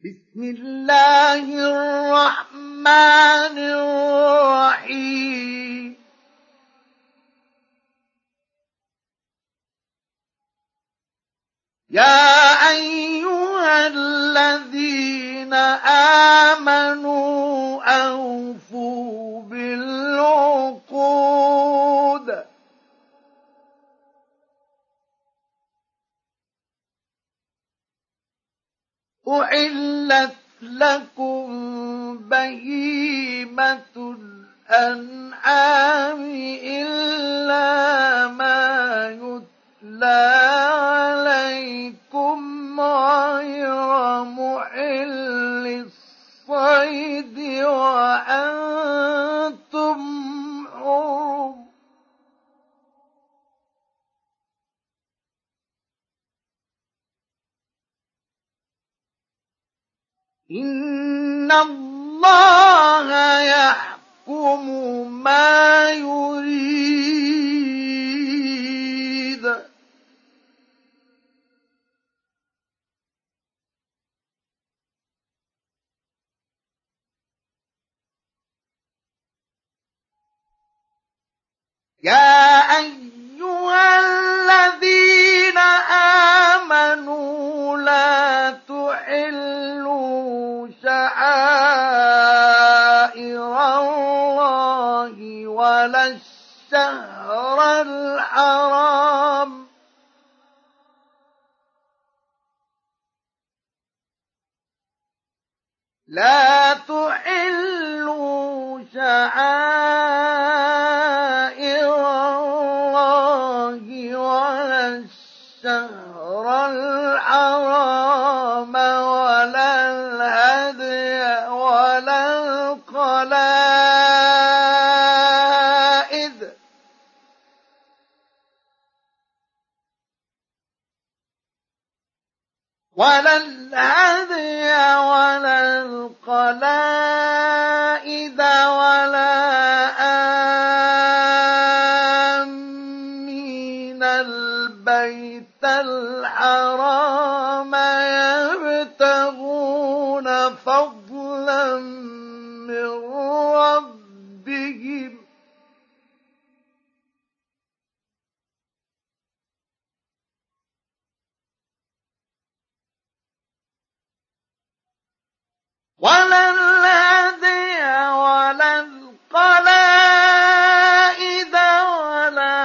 بسم الله الرحمن الرحيم يا أيها الذين آمنوا أوفوا بالعقود أحلت لكم بهيمة الأنعام إلا ما يتلى عليكم غير محل الصيد وأنتم حرم إن الله يحكم ما يريد يا أيها الذين آمنوا لا تحلوا شعائر الله ولا الشهر الحرام لا تحلوا شعائر الله ولا الشهر الحرام ولا الهدي ولا القلائد ولا آمين البيت الحرام يبتغون فضلا من ربهم ولا الهدي ولا القلائد ولا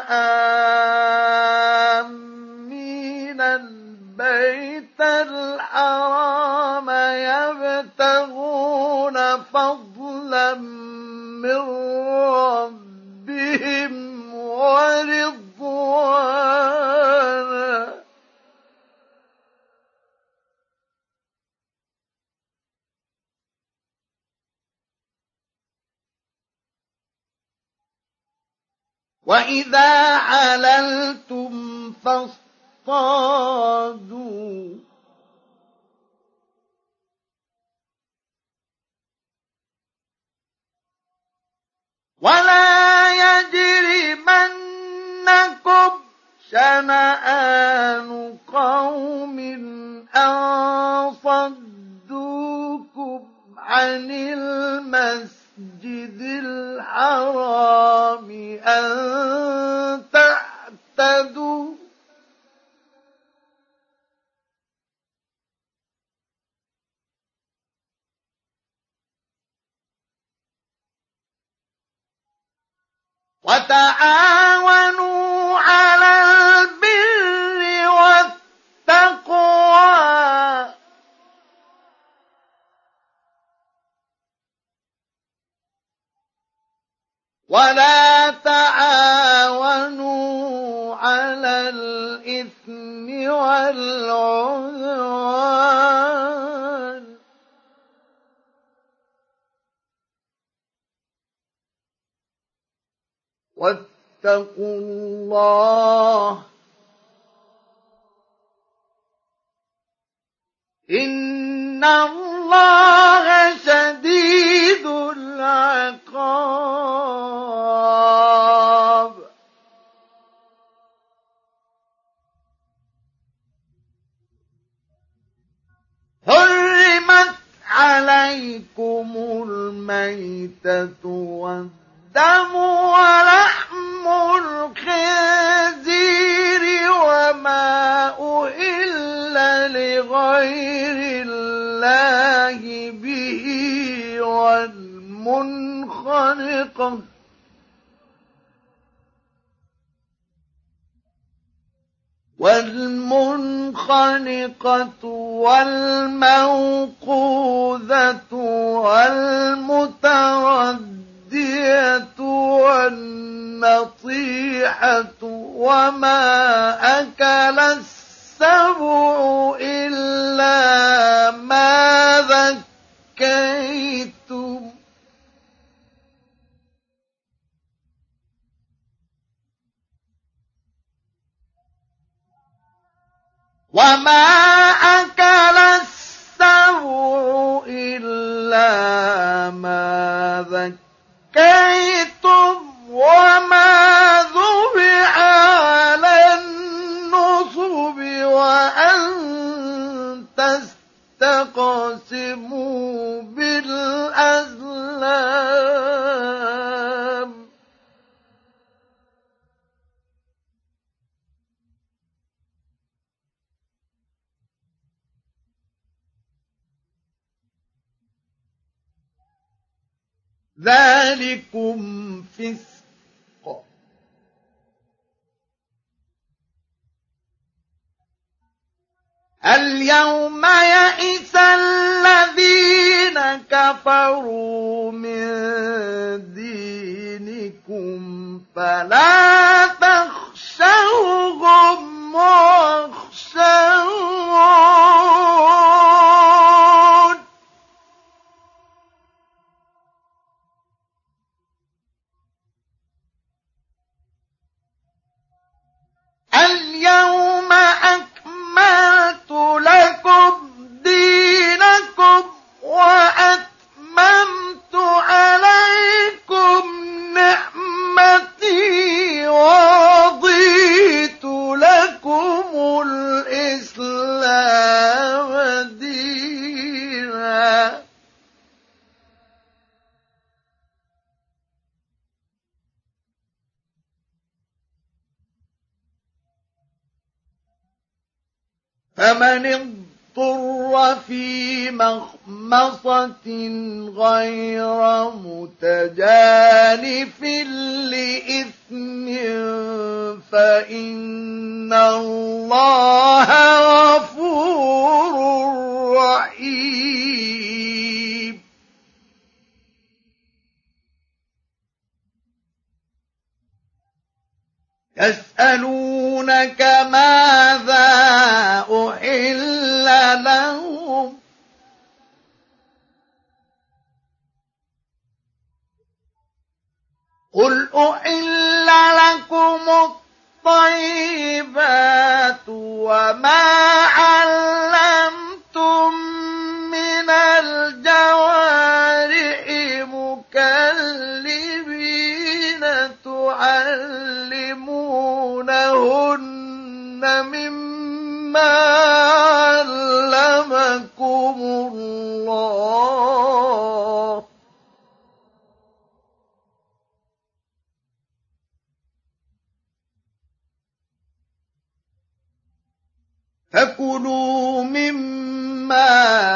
آمين البيت الحرام يبتغون فضلا من ربهم ورضوانا وإذا حللتم فاصطادوا ولا يجرمنكم شنآن قوم أن صدوكم عن المسجد الحرام أن تعتدوا وتعاونوا على البر والتقوى ولا تعاونوا على الإثم والعدوان واتقوا الله إن الله شديد العقاب حرم عليكم الميتة والدم ولحم الخنزير وما أهل لغير الله به والمنخنقة والموقوذة والمتردية والنطيحة وما أكل السبع إلا ما ذكيتم إلا ما ذكيتم وما ذبح على النصب وأن تستقسموا بالأزلام ذلكم فسق اليوم يئس الذين كفروا من دينكم فلا تخشوهم واخشون اليوم أكملت لكم دينكم وأتممت عليكم نعمتي ورضيت لكم الإسلام دينا فمن اضطر في مخمصة غير متجانف لإثم فإن الله غفور رحيم يسألونك ماذا أحل لهم قل أحل لكم الطيبات وما علمتم من الجوارح مكلبين تعلمونهن مما علمكم الله فكلوا مما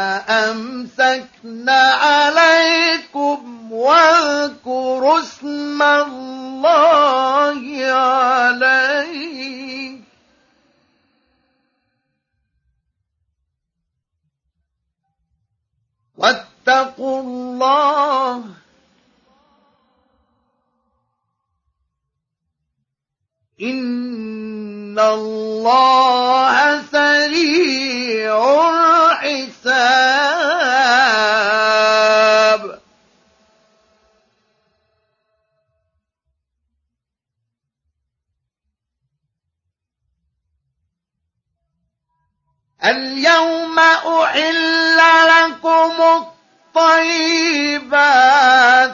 أمسكن عليكم واذكروا اسم الله عليه واتقوا الله إن الله سريع الحساب اليوم أحل لكم الطيبات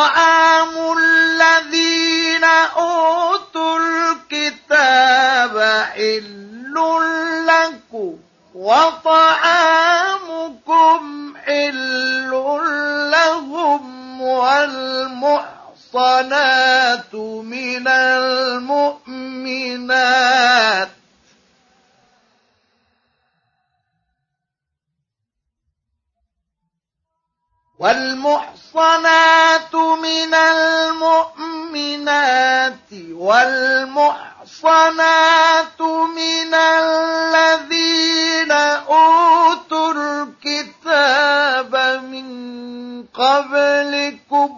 وطعام الذين أوتوا الكتاب وطعامكم حل لهم والمحصنات من المؤمنات والمحصنات من الذين أوتوا الكتاب من قبلكم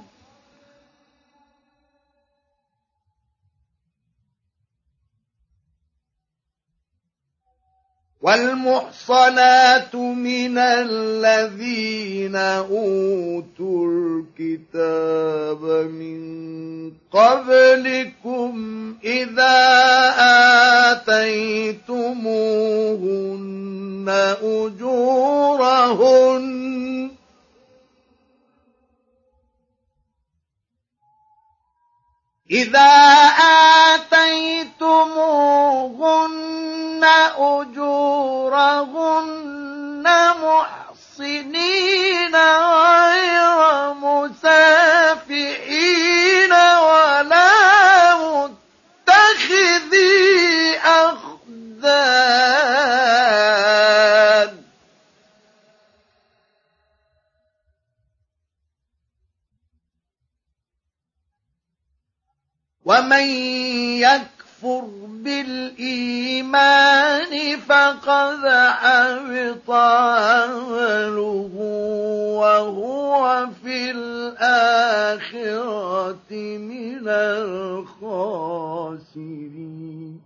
إذا آتيتموهن أجورهن محصنين غير مسافحين ولا متخذي أخدان ومن يكفر بالإيمان فقد حبط عمله وهو في الآخرة من الخاسرين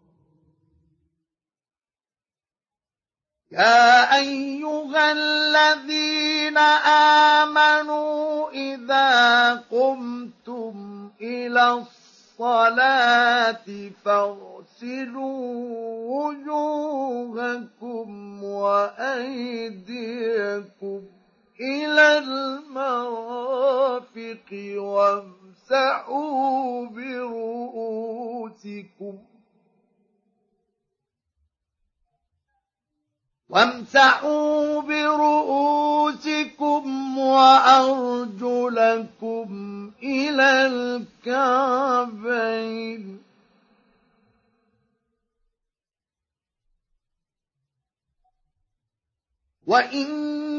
يا أيها الذين آمنوا إذا قمتم إلى الصلاة فاغسلوا وجوهكم وأيديكم إلى المرافق وامسحوا برؤوسكم وأرجلكم إلى الكعبين وإن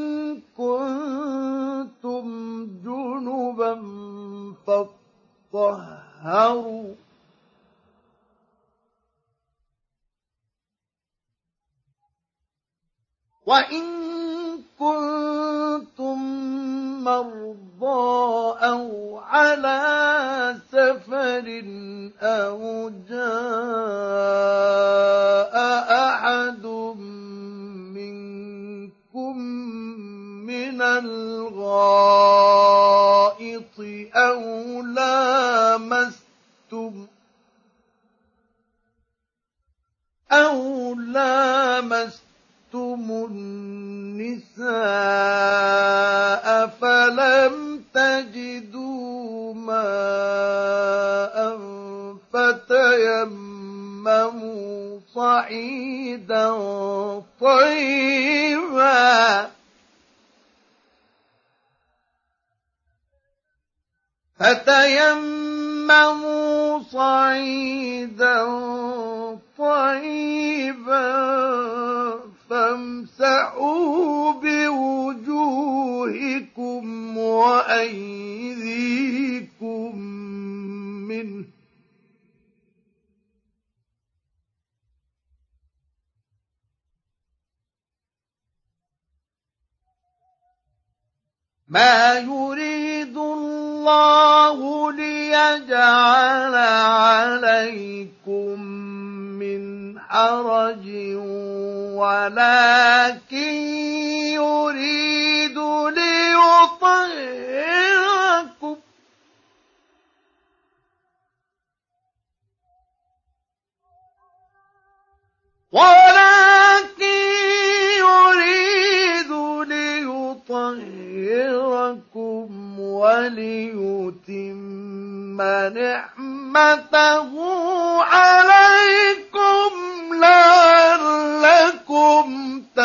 كنتم جنبا فاطهروا وإن كنتم مرضى أو على سفر أو جاء أحد منكم من الغائط أو لامستم النساء فلم تجدوا ماء فتيمموا صعيدا طيبا فامسحوا بوجوهكم وأيديكم منه ما يريد الله ليجعل عليكم من حرج ولكن يريد ليطهركم وليتم نعمته عليكم لعلكم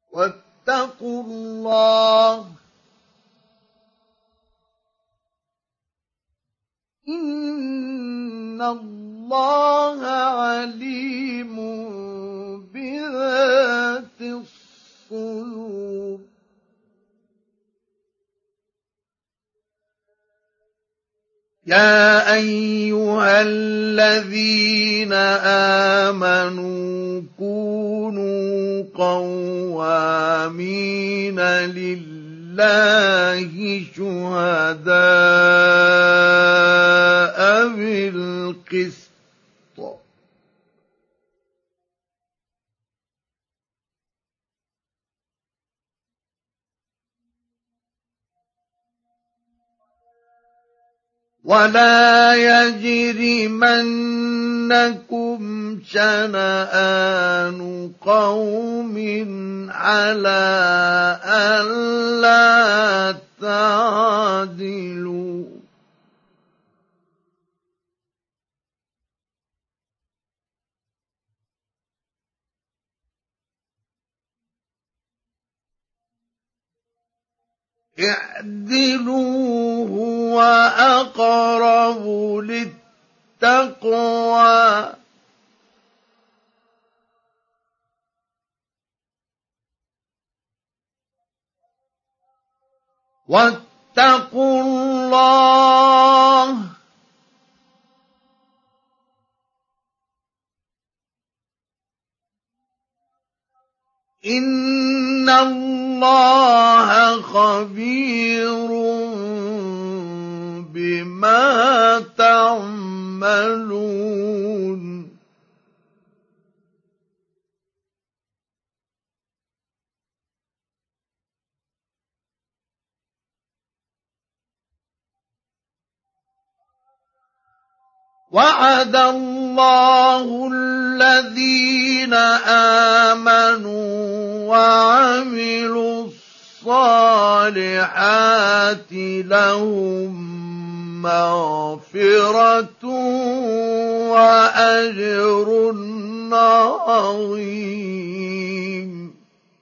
واتقوا الله إن الله عليم بذات الصدور يا أيها الذين آمنوا كونوا قوامين لله شهداء بالقسط ولا يجرمنكم شنآن قوم على ألا تعدلوا اعدلوا هو أقرب للتقوى واتقوا الله إن الله خبير بما تعملون وعد الله الذين آمنوا وعملوا الصالحات لهم مغفرة وأجر عظيم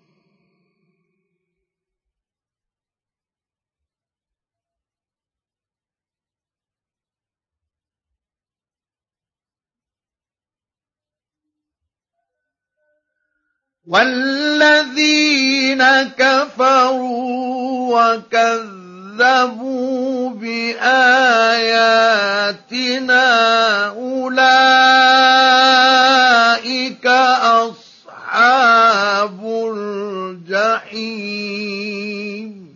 والذين كفروا وكذبوا بآياتنا أولئك أصحاب الجحيم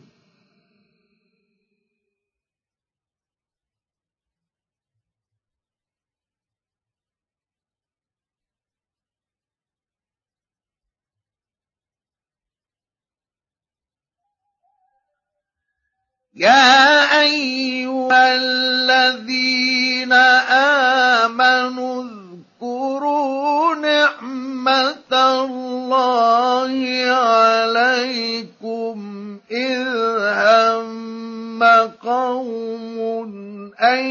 يا أيها الذين آمنوا اذكروا نعمة الله عليكم إذ هم قوم أن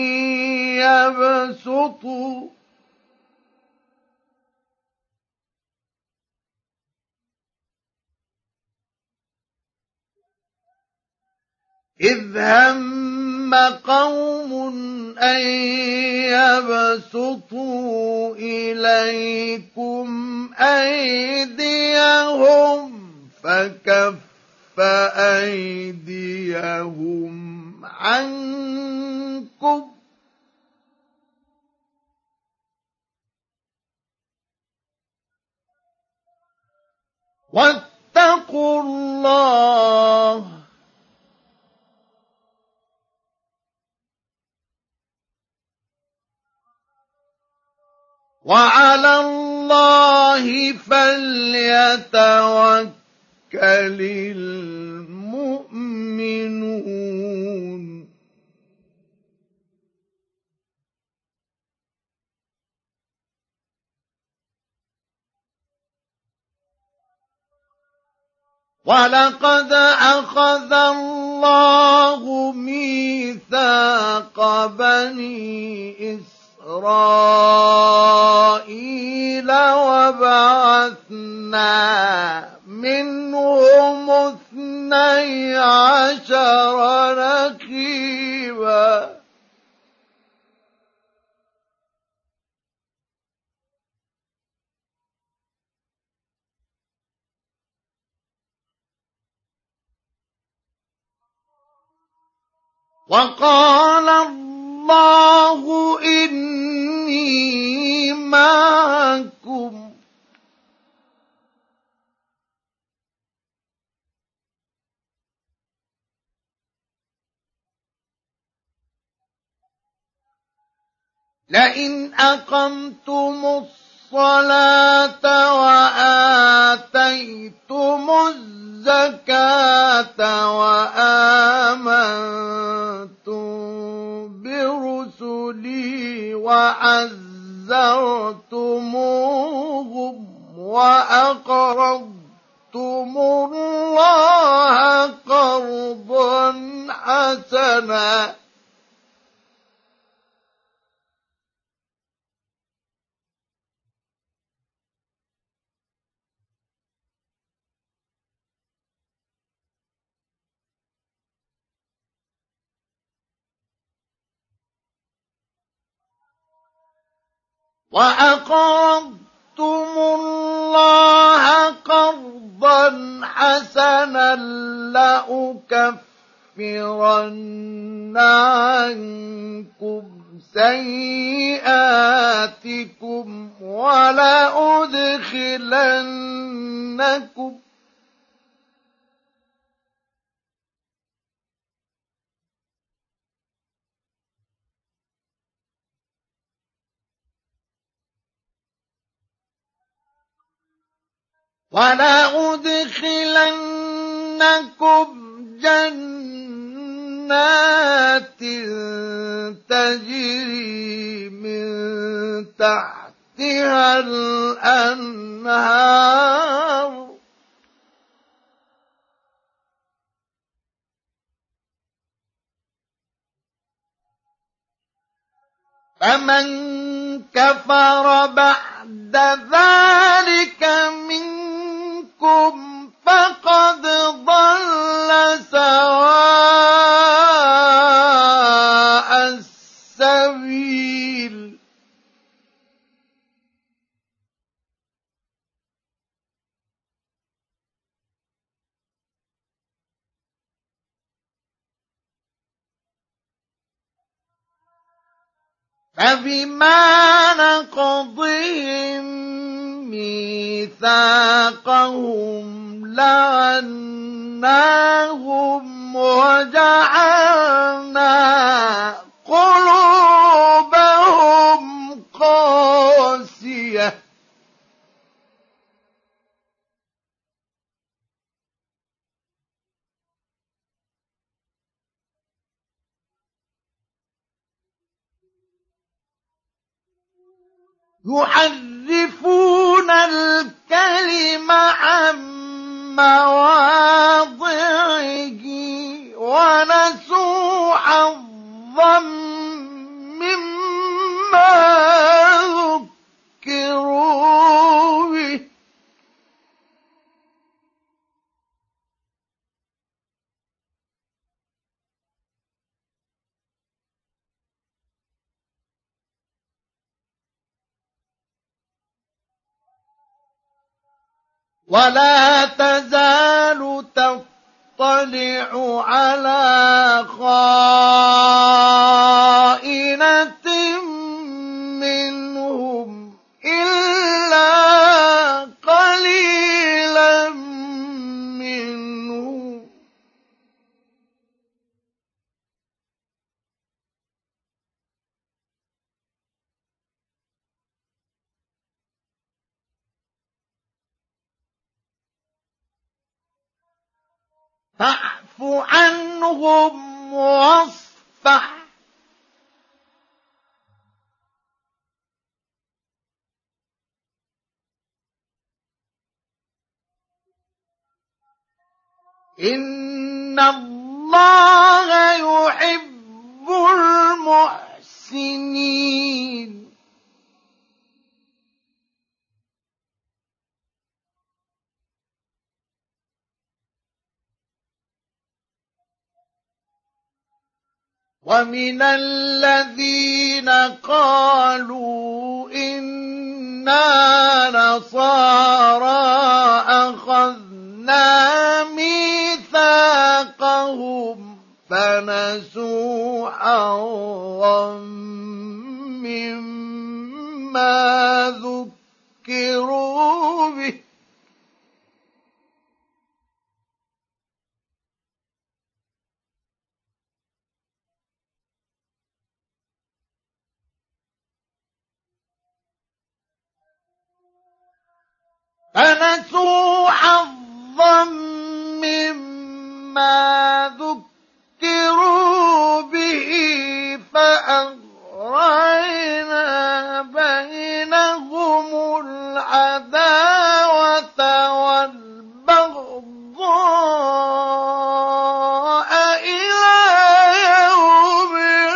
يبسطوا إذ هم قوم أن يبسطوا إليكم أيديهم فكف أيديهم عنكم واتقوا الله وعلى الله فليتوكل المؤمنون ولقد أخذ الله ميثاق بني إسرائيل وبعثنا منهم وقال الله إني معكم لئن أقمتم الصلاة وآتيتم الزكاة وآمنتم برسلي وعزرتموهم وأقرضتم الله قرضا حسنا وأقرضتم الله قرضا حسنا لأكفرن عنكم سيئاتكم ولأدخلنكم جنات تجري من تحتها الأنهار فمن كفر بعد ذلك منكم فقد ضل سواء السبيل فبما نقضهم ميثاقهم لعناهم وجعلنا قلوبهم قاسية يحرفون الكلم عن مواضعه ونسوا حظا مما ذكروا به ولا تزال تطلع على خائنة منهم إلا قليلا منهم فاعف عنهم واصفح إن الله يحب المحسنين ومن الذين قالوا إنا نصارى أخذنا ميثاقهم فنسوا حظا مما ذكروا به فنسوا حظا مما ذكروا به فأغرينا بينهم العداوة والبغضاء إلى يوم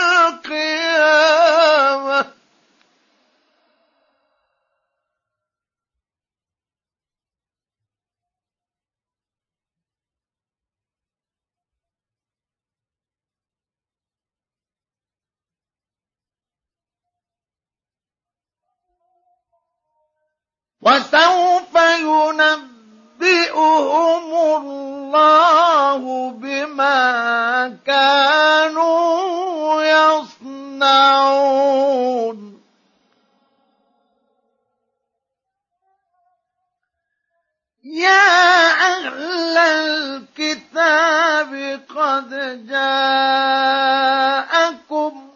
القيامة وسوف ينبئهم الله بما كانوا يصنعون يا أهل الكتاب قد جاءكم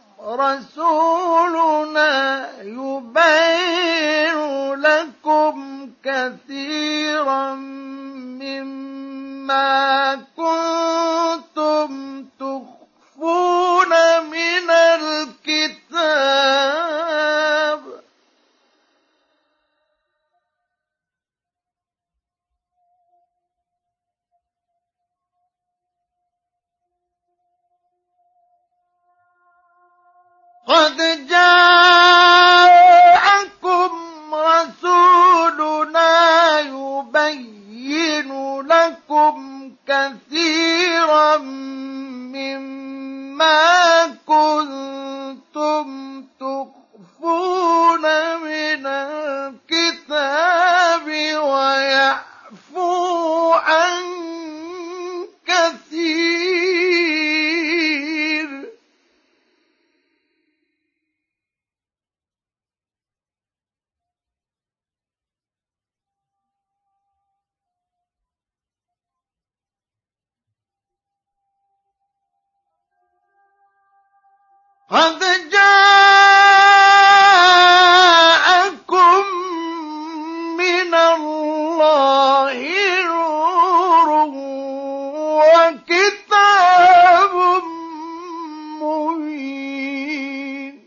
رسولنا يبين لكم كثيرا مما كنتم تخفون من الكتاب قد جاءكم رسولنا يبين لكم كثيرا مما كنتم تخفون من الكتاب ويعفو عن كثير قد جاءكم من الله نور وكتاب مبين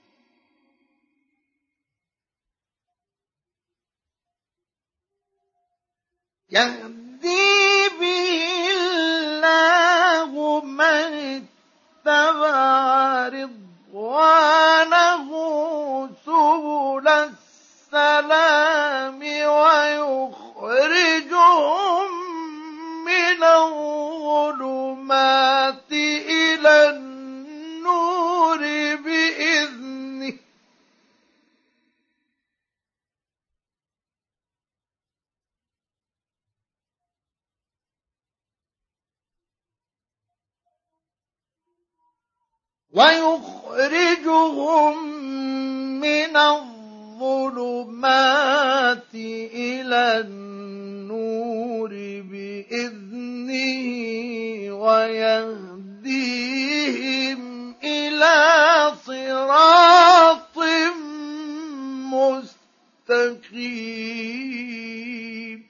يهدي به الله من اتبع رضوانه سبل السلام ويخرجهم من الظلمات إلى النور بإذنه ويخرجهم من الظلمات إلى النور بإذنه ويهديهم إلى صراط مستقيم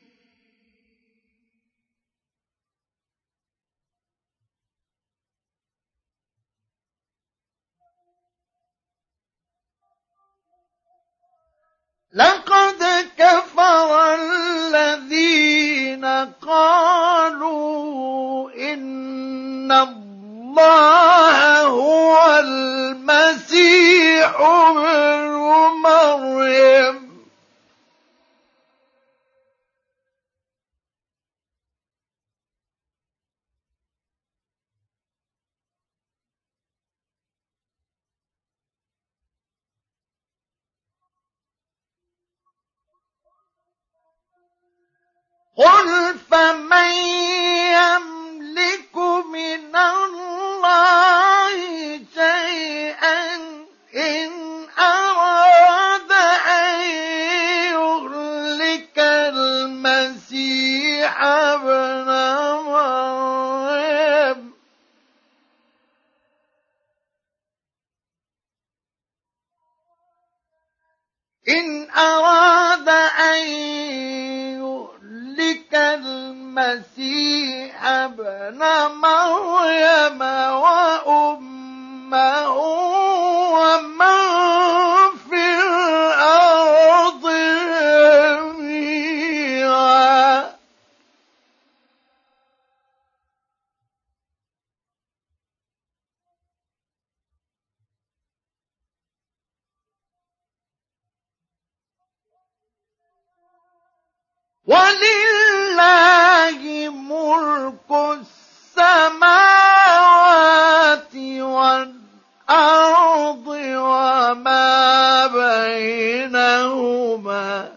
لقد كفر الذين قالوا إن الله هو المسيح ابن مريم قل فمن يملك من الله إن أراد أن يهلك المسيح ابن مريم وأمه ومن في الأرض جميعا ولله ملك السماوات والأرض وما بينهما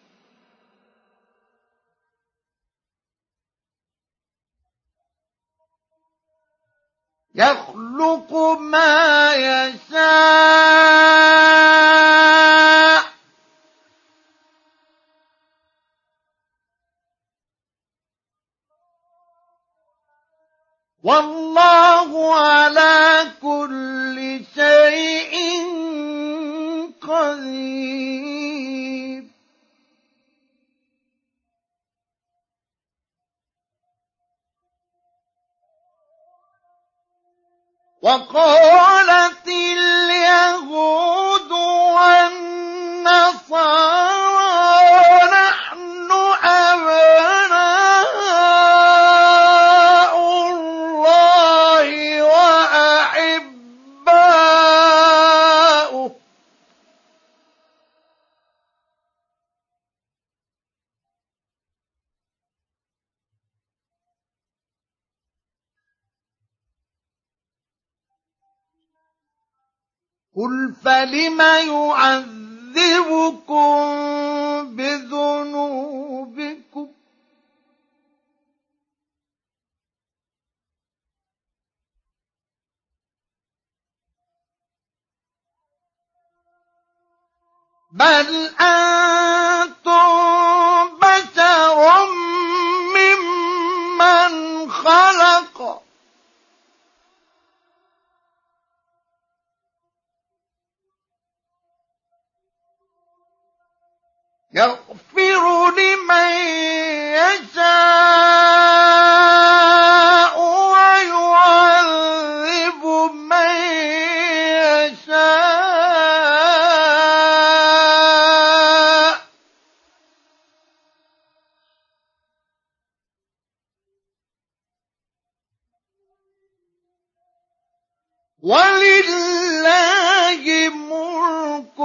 يخلق ما يشاء والله على كل شيء قدير وقالت اليهود والنصارى نحن أبناء الله وأحباؤه قل فلم يعذبكم بذنوبكم بل أنتم بشر ممن خلق يغفر لمن يشاء ويعذب من يشاء ولله ملك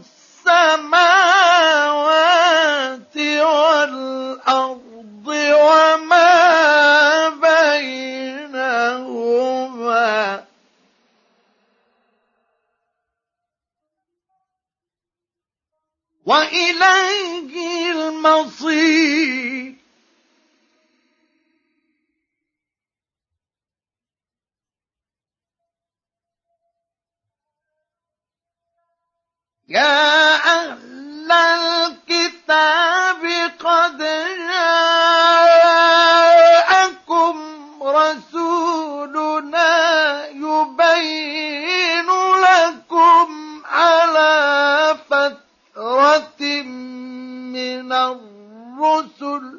السماوات والأرض وما بينهما وإليه المصير يا أهل الكتاب قد جاءكم رسولنا يبين لكم على فترة من الرسل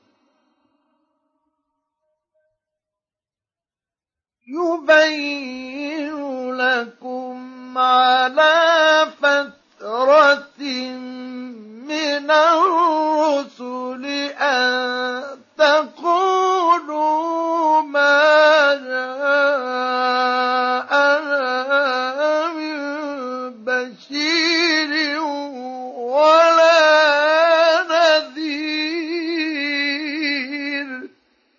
على فترة من الرسل أن تقولوا ما جاءنا من بشير ولا نذير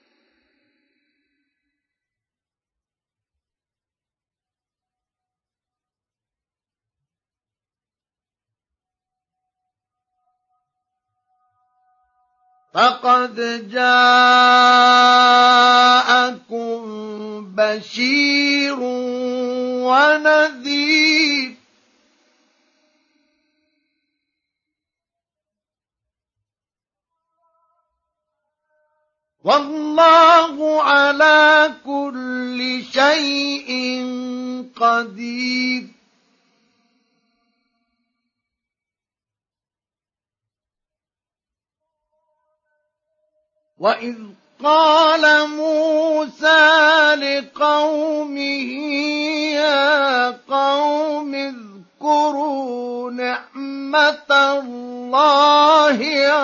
فقد جاءكم بشير ونذير والله على كل شيء قدير وإذ قال موسى لقومه يا قوم اذكروا نعمة الله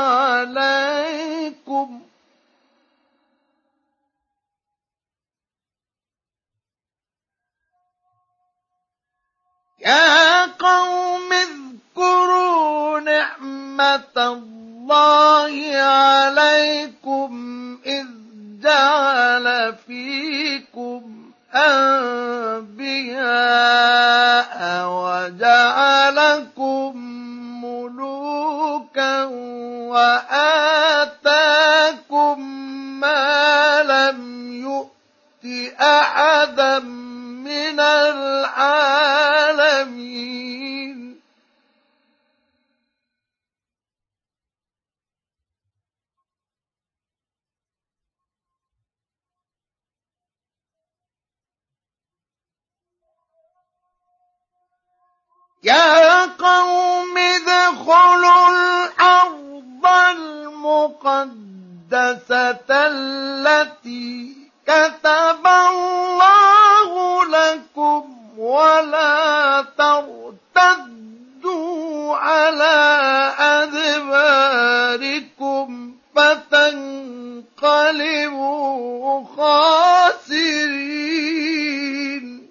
عليكم يا قوم اذكروا نعمة الله عليكم إذ جعل فيكم أنبياء وجعلكم ملوكا وآتاكم ما لم يؤت أحدا من العالمين يا قوم ادخلوا الأرض المقدسة التي كتب الله لكم ولا ترتدوا على أدباركم فتنقلبوا خاسرين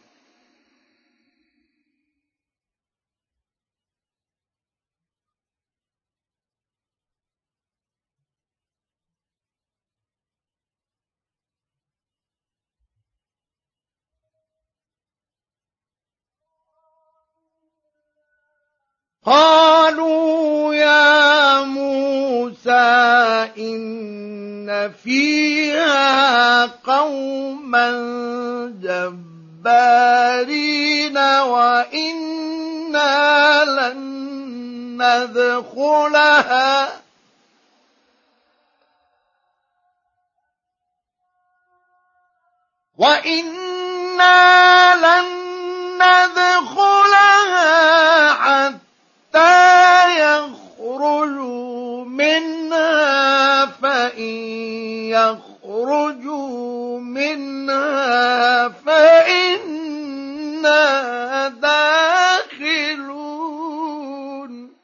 قالوا يا موسى إن فيها قوما جبارين وإنا لن ندخلها حتى يخرجوا منها فإن يخرجوا منها فإنا داخلون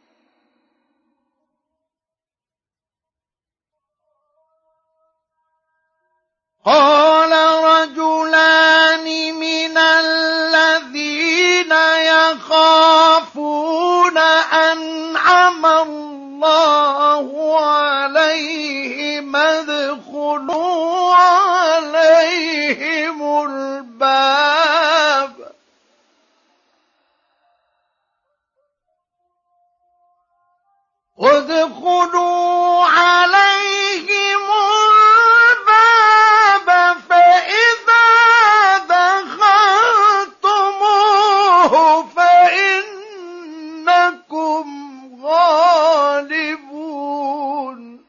قال رجلان من الذين يخافون أنعم الله عليهم ادخلوا عليهم الباب ادخلوا عليهم الباب فإذا دخلتموه فإنكم غالبون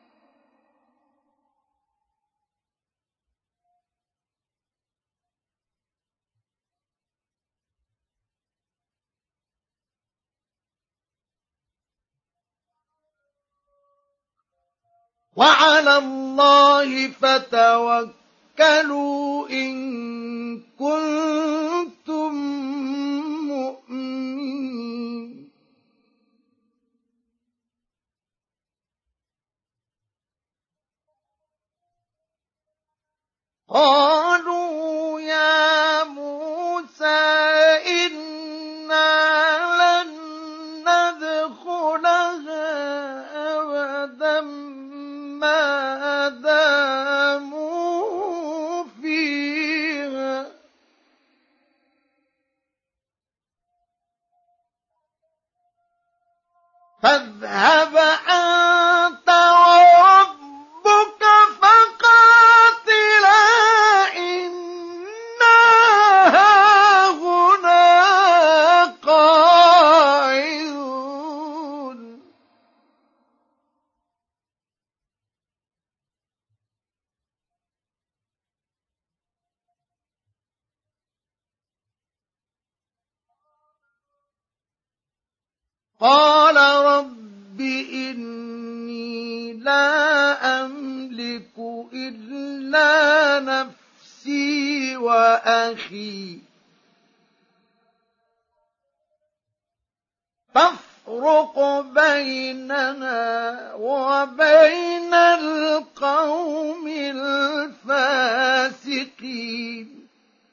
وعلى الله فتوكلوا إن كنتم مؤمنين قالوا يا موسى إنا لن ندخلها أبدا ما داموا فيها فاذهب أنت وربك فقاتلا إنا هاهنا قاعدون قال رب إني لا أملك إلا نفسي وأخي فافرق بيننا وبين القوم الفاسقين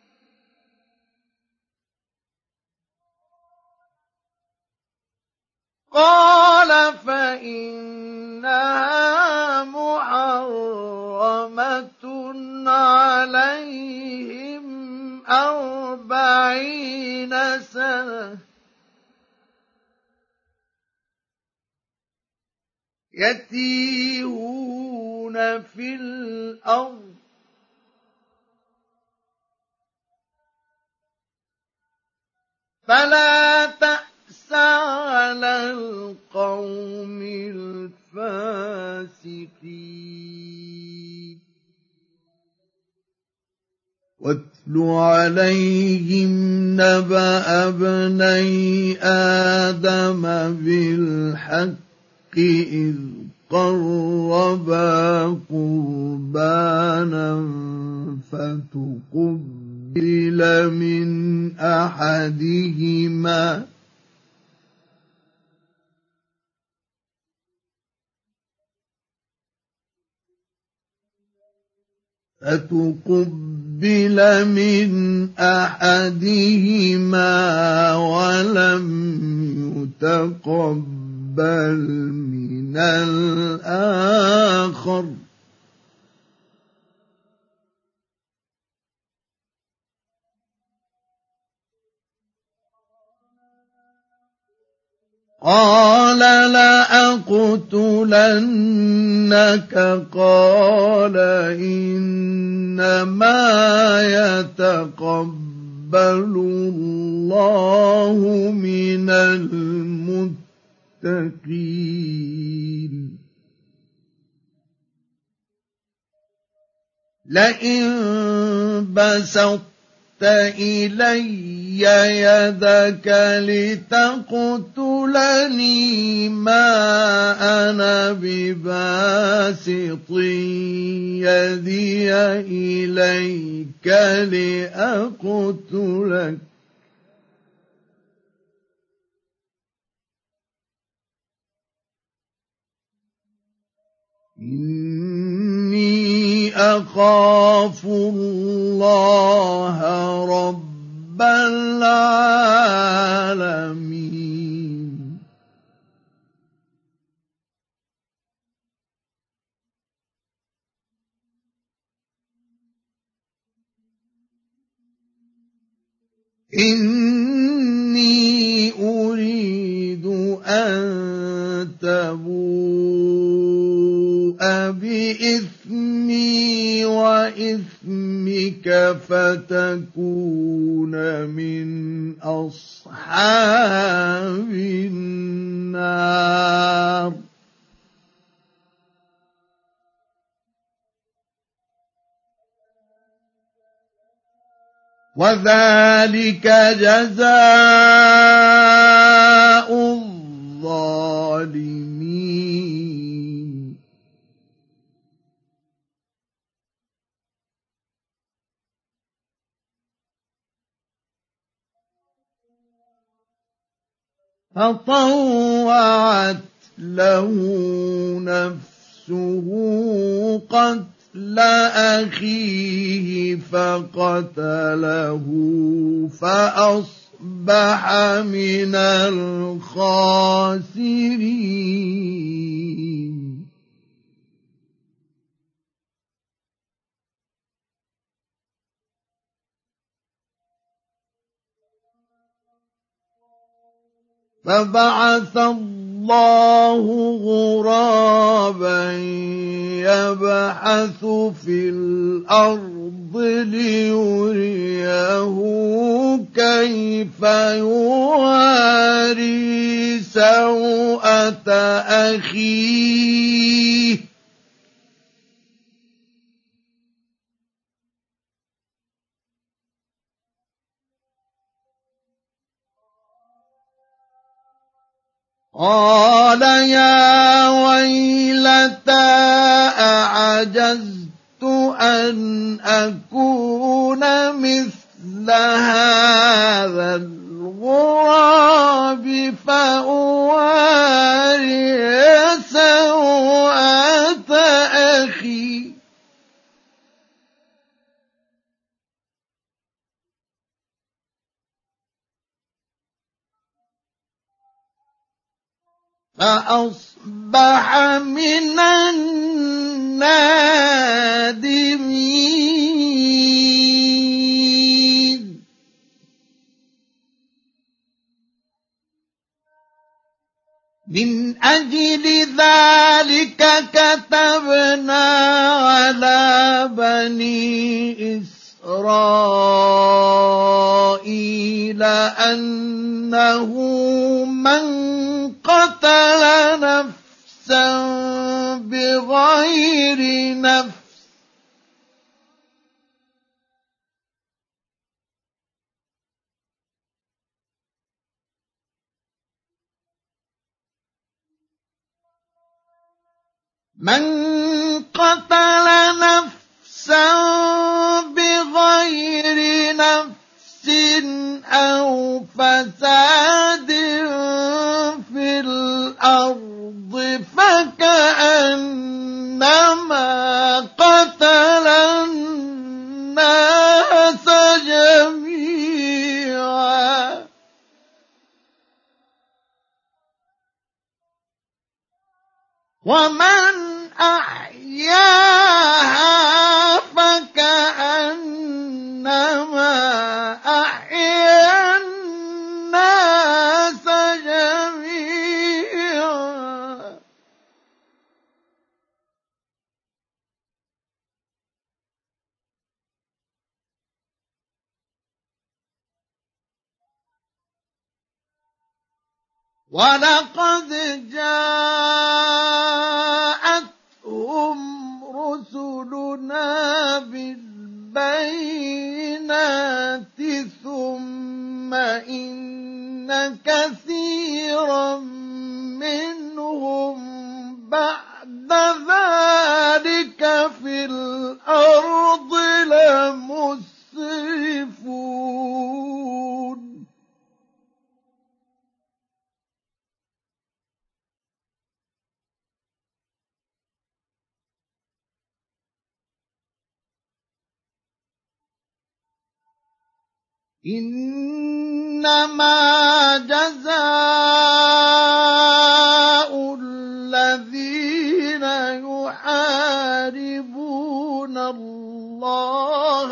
قال فإنها محرمة عليهم 40 سنة يتيهون في الأرض فلا تأس على القوم الفاسقين واتل عليهم نبأ ابني آدم بالحق إذ قربا قربانا فتقبل من أحدهما ولم يتقبل من الآخر قال لأقتلنك قال إنما يتقبل الله من المتقين لئن بسطت إلي يدك لتقتلني ما أنا بباسط يدي إليك لأقتلك إني أخاف الله رب العالمين إني أريد أن تبوء بإثمي وإثمك فتكون من أصحاب النار وذلك جزاء الظالمين فطوعت له نفسه قتل أخيه فقتله فأصبح من الخاسرين فبعث الله غرابا يبحث في الأرض ليريه كيف يواري سوءة أخيه قال يا ويلتى أعجزت أن أكون مثل هذا الغراب فأواري سوءة أخي. فأصبح من النادمين. من أجل ذلك كتبنا على بني إسرائيل أنه من قتل نفسا بغير نفس بغير نفس أو فساد في الأرض فكأنما قتل الناس جميعا. ومن أحياها فكأنما أحيا الناس جميعا. ولقد جاءتهم رسلنا بالبينات ثم إن كثيرا منهم بعد ذلك في الأرض لمسرفون. إنما جزاء الذين يحاربون الله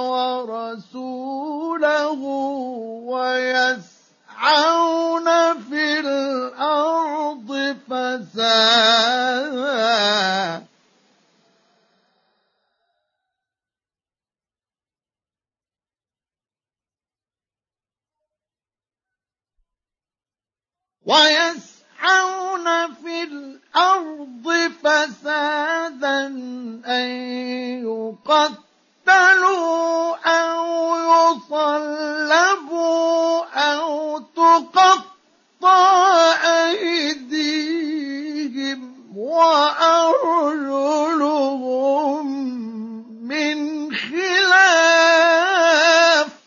ورسوله ويسعون في الأرض فسادا أن يقتلوا أو يصلبوا أو تقطع أيديهم وأرجلهم من خلاف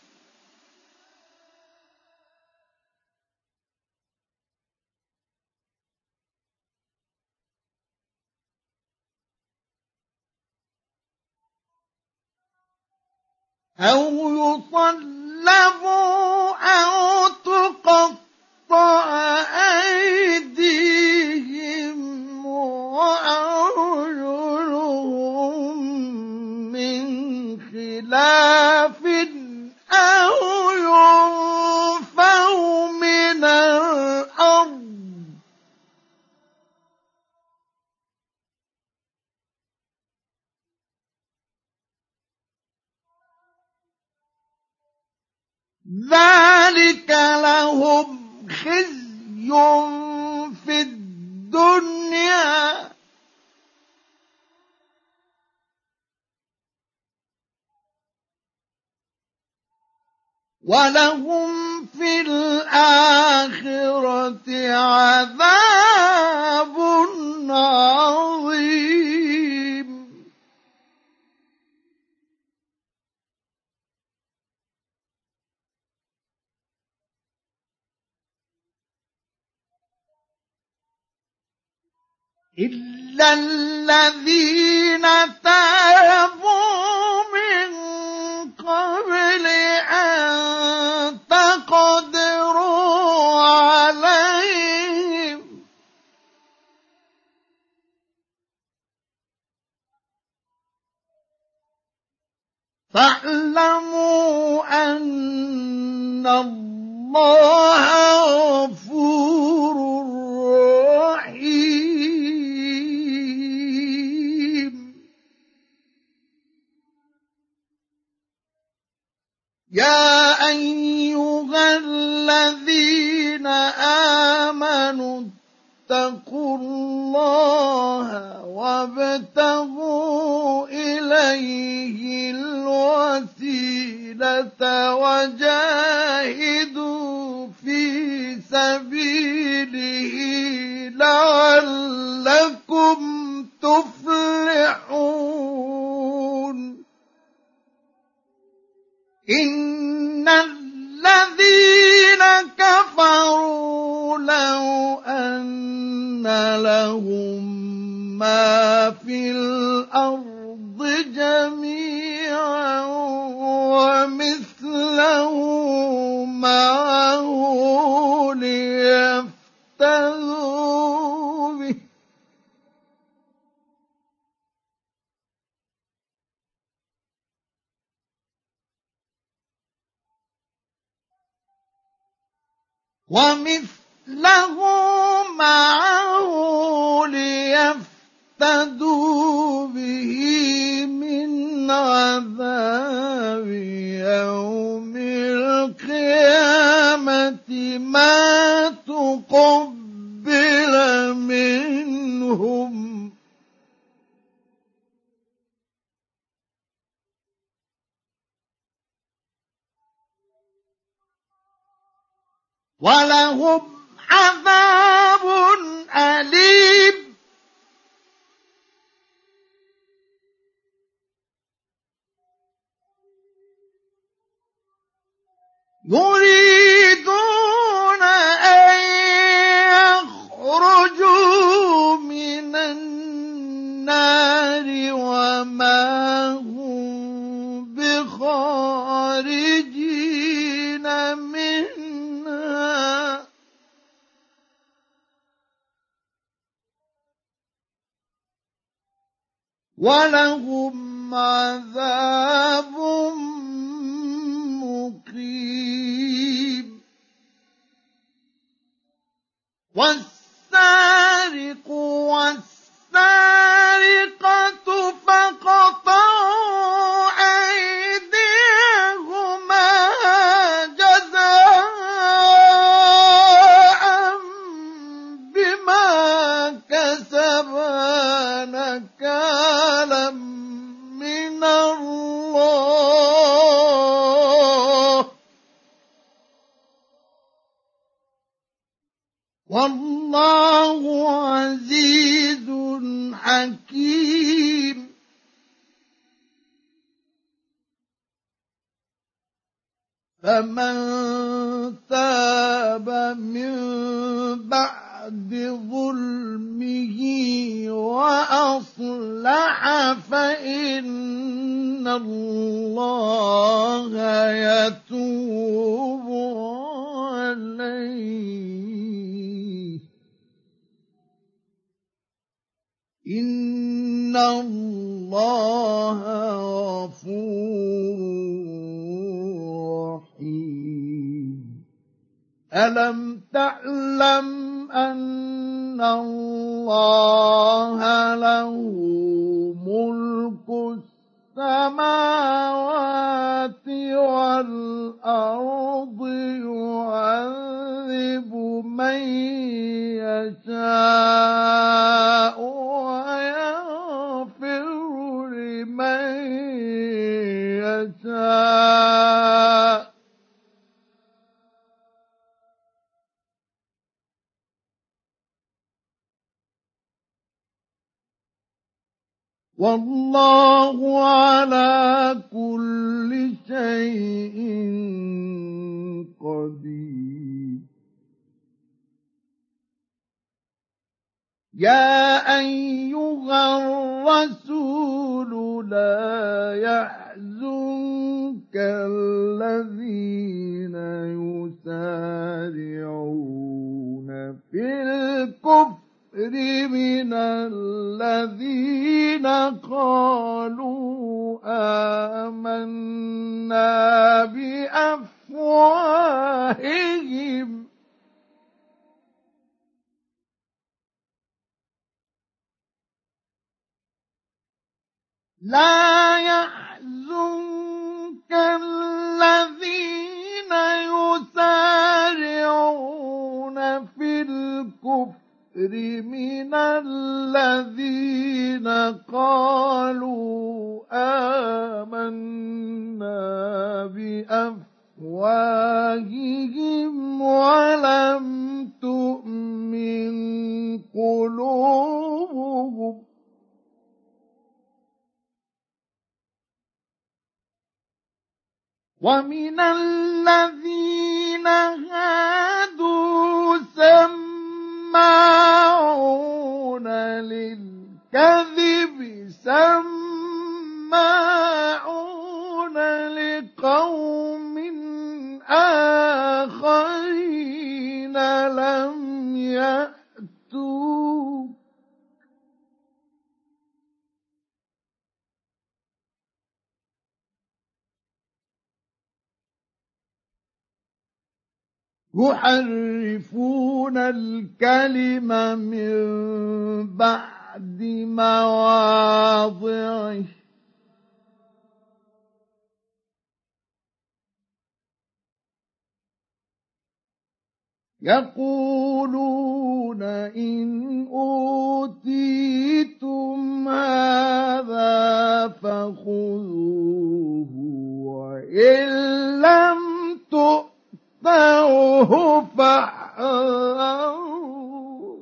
أو يصلبوا أو تقطع أيديهم وأرجلهم من خلاف أو ينفوا من الأرض ذلك لهم خزي في الدنيا ولهم في الآخرة عذاب عظيم. إلا الذين تابوا من قبل أن تقدروا عليهم فاعلموا أن الله غفور رحيم. يا أيها الذين آمنوا اتقوا الله وابتغوا إليه الوسيلة وجاهدوا في سبيله لعلكم تفلحون. إن الذين كفروا لو أن لهم ما في الأرض جميعا ومثله معه ليفتدوا به من عذاب يوم القيامة ما تقبل منهم ولهم عذاب أليم. يريدون أن يخرجوا من النار وما هم بخارجين منها ولهم عذاب مقيم. والسارق والسارقة فاقطعوا أيديهما جزاء بما كسبا نكالا من الله والله عزيز حكيم. فمن تاب من بعد ظلمه وأصلح فإن الله يتوب عليه إن الله غفور رحيم. ألم تعلم أن الله له ملك السماوات والأرض يعذب من يشاء ويغفر لمن يشاء والله على كل شيء قدير. يا أيها الرسول لا يحزنك الذين يسارعون في الكفر من الذين قالوا آمنا بأفواههم لا يحزنك الذين يسارعون في الكفر من الذين قالوا آمنا بأفواههم ولم تؤمن قلوبهم ومن الذين هادوا سماعون للكذب سماعون لقوم آخرين لم يأتوا يحرفون الكلم من بعد مواضعه يقولون إن أوتيتم هذا فخذوه وإن لم تؤتوه فاحذروا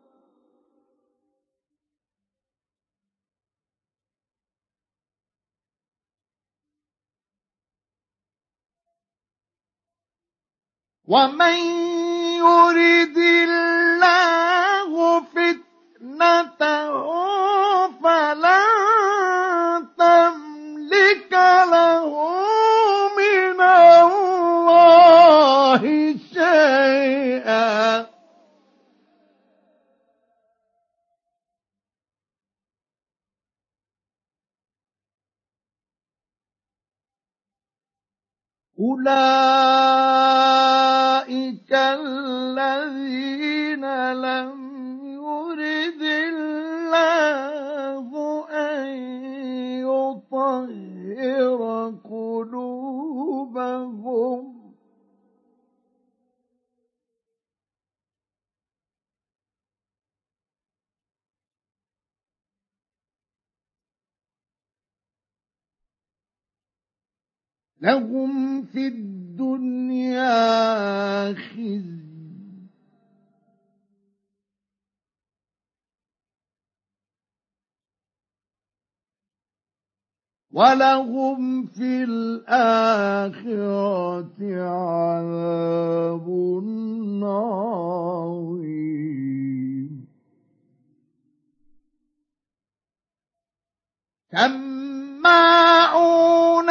ومن يرد الله فتنته فلن تملك له من الله شيئا أولئك الذين لم يرد الله أن يطهر قلوبهم لهم في الدنيا خزي ولهم في الآخرة عذاب عظيم سماعون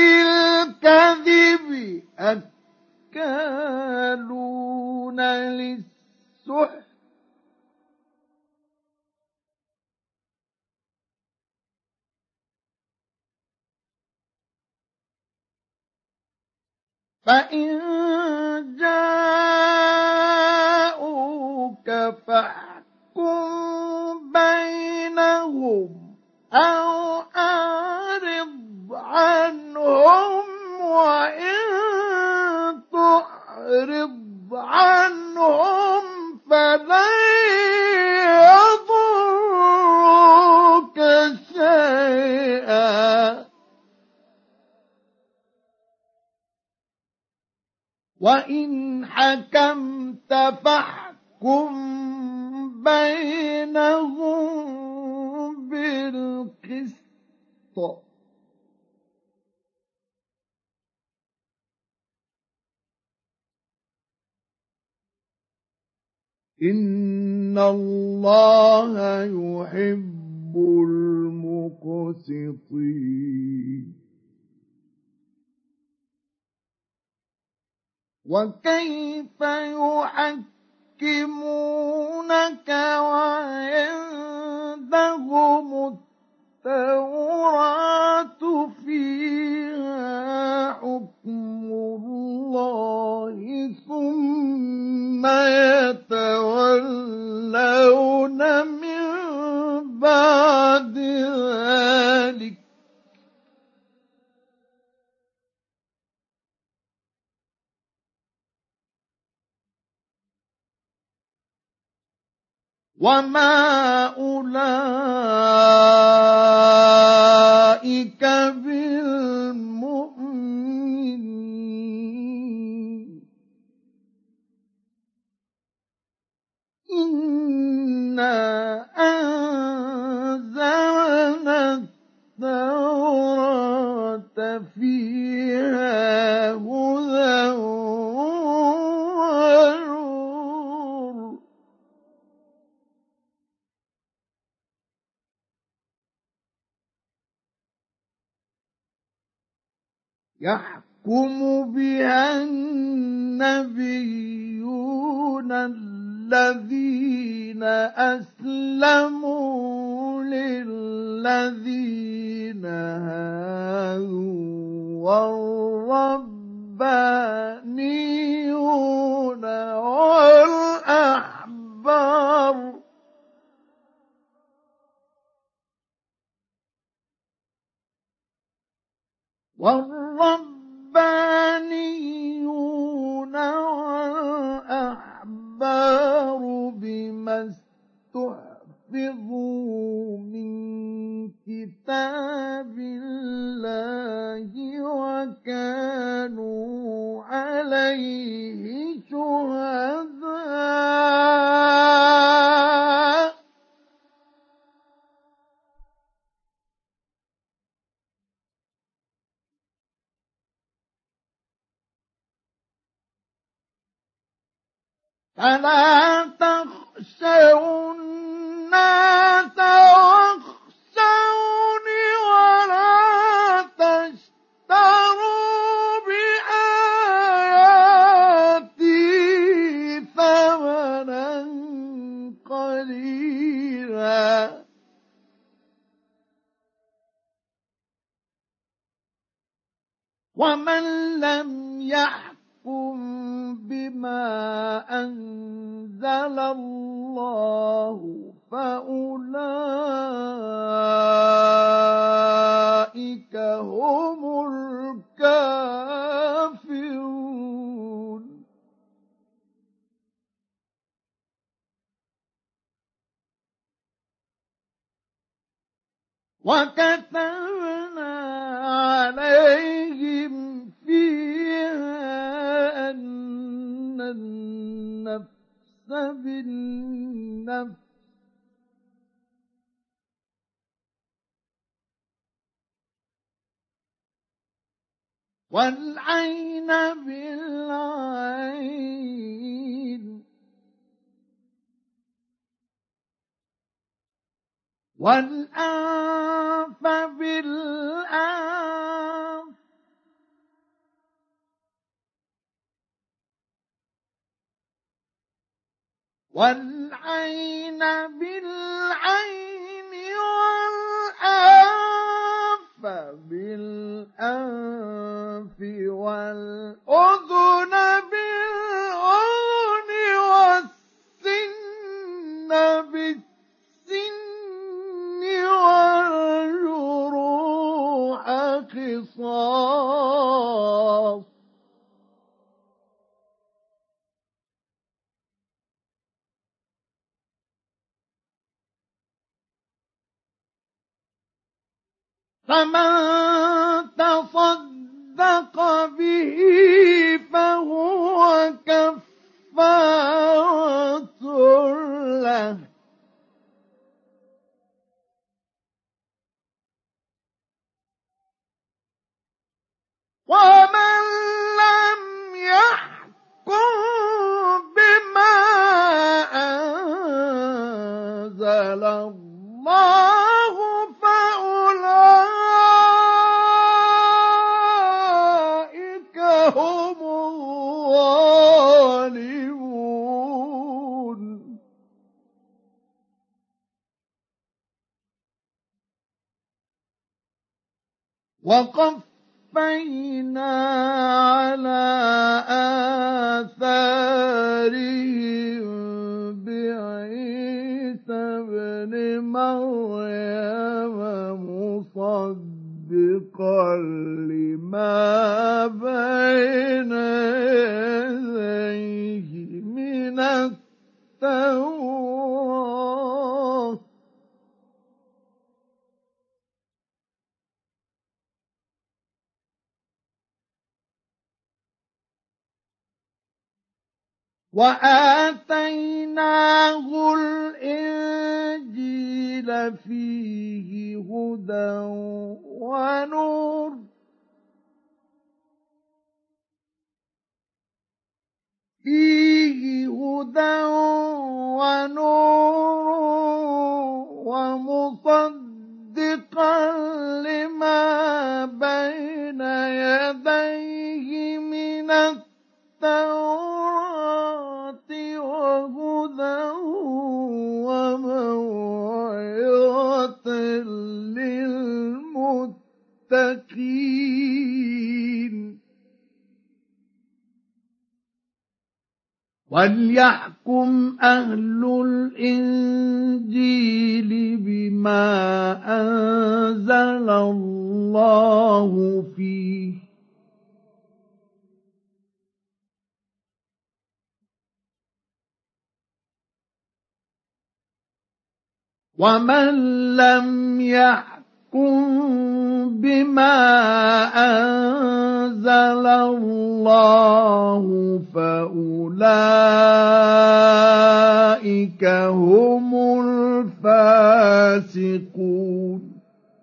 للكذب أكالون للسحت فإن جاءوك فاحكم بينهم أو أعرض عنهم وإن تعرض عنهم فلن يضروك شيئا وإن حكمت فاحكم بينهم بالقسط إن إِنَّ اللَّهَ يُحِبُّ الْمُقْسِطِينَ وَكَيْفَ يُحَكِّمُونَكَ وَعِندَهُمُ التَّوْرَاةُ فِيهَا حُكْمُ اللَّهِ ثُمَّ يَتَوَلَّوْنَ مِن بَعْدِ ذَلِكَ وَمَا أُولَئِكَ بِالْمُؤْمِنِينَ إِنَّا أَنزَلْنَا التَّوْرَاةَ فِيهَا هُدًى وَنُورٌ يَحْكُمُ بِهَا النَّبِيُّونَ الَّذِينَ أَسْلَمُوا لِلَّذِينَ هَادُوا وَالرَّبَّانِيُّونَ والأحبار بما استحفظوا من كتاب الله وكانوا عليه شهداء فلا تخشوا الناس واخشوني ولا تشتروا بآياتي ثمنا قليلا ومن لم يحكم بما أنزل الله فأولئك هم الكافرون وكتبنا عليهم فيها أن النفس بالنفس والعين بالعين والأنف بالأنف والعين بالعين والأنف بالأنف والأذن بالأذن والسن بالسن والجروح قصاص فمن تصدق به فهو كفارة له ومن لم يحكم بما أنزل أنزل الله فأولئك هم الظالمون. وقفينا على آثارهم بعيسى ابن مريم مصدقا لما بين يديه من التوراة وآتيناه الإنجيل فيه هدى ونور ومصدقا لما بين يديه من التوراة وهدى وموعظة للمتقين. وليحكم أهل الإنجيل بما أنزل الله فيه ومن لم يحكم بما أنزل الله فأولئك هم الفاسقون.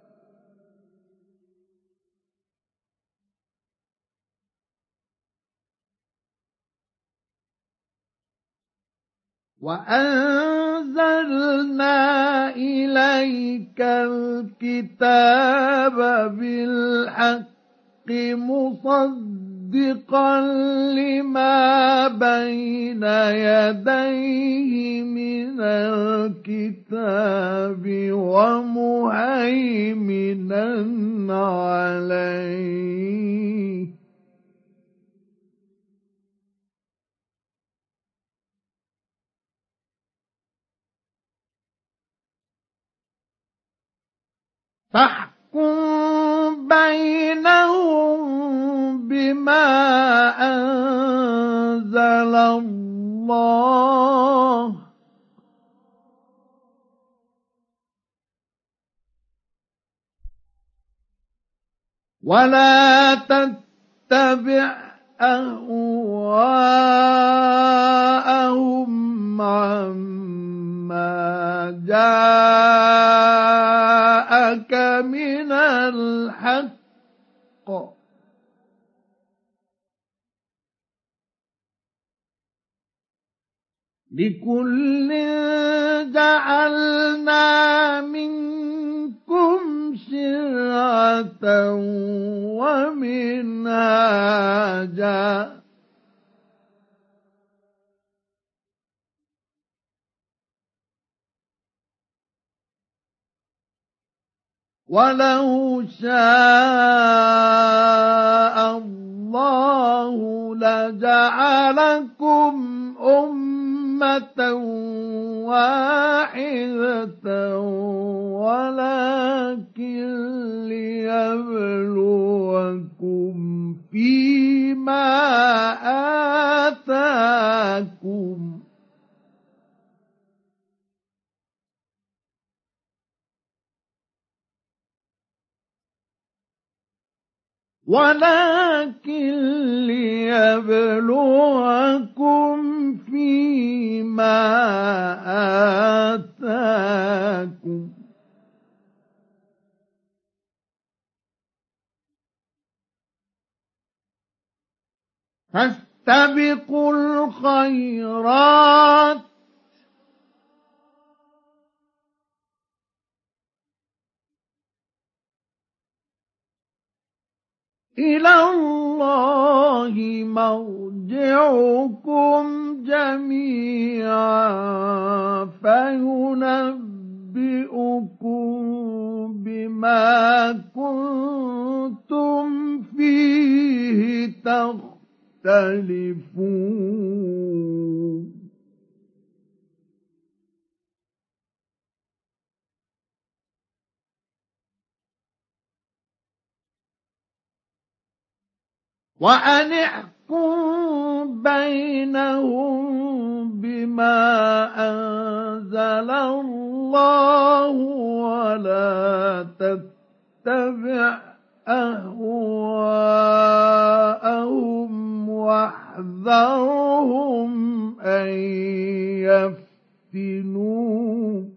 وأنزلنا إليك الكتاب بالحق مصدقا لما بين يديه من الكتاب ومهيمنا عليه فاحكم بينهم بما أنزل الله ولا تتبع أهواءهم عما جاءك من الحق لكل جعلنا منكم شرعة ومنهاجا ولو شاء الله لجعلكم أمة واحدة ولكن ليبلوكم فيما آتاكم فاستبقوا الخيرات إلى الله مرجعكم جميعا فينبئكم بما كنتم فيه تختلفون وأن احكم بينهم بما أنزل الله ولا تتبع أهواءهم واحذرهم أن يفتنوك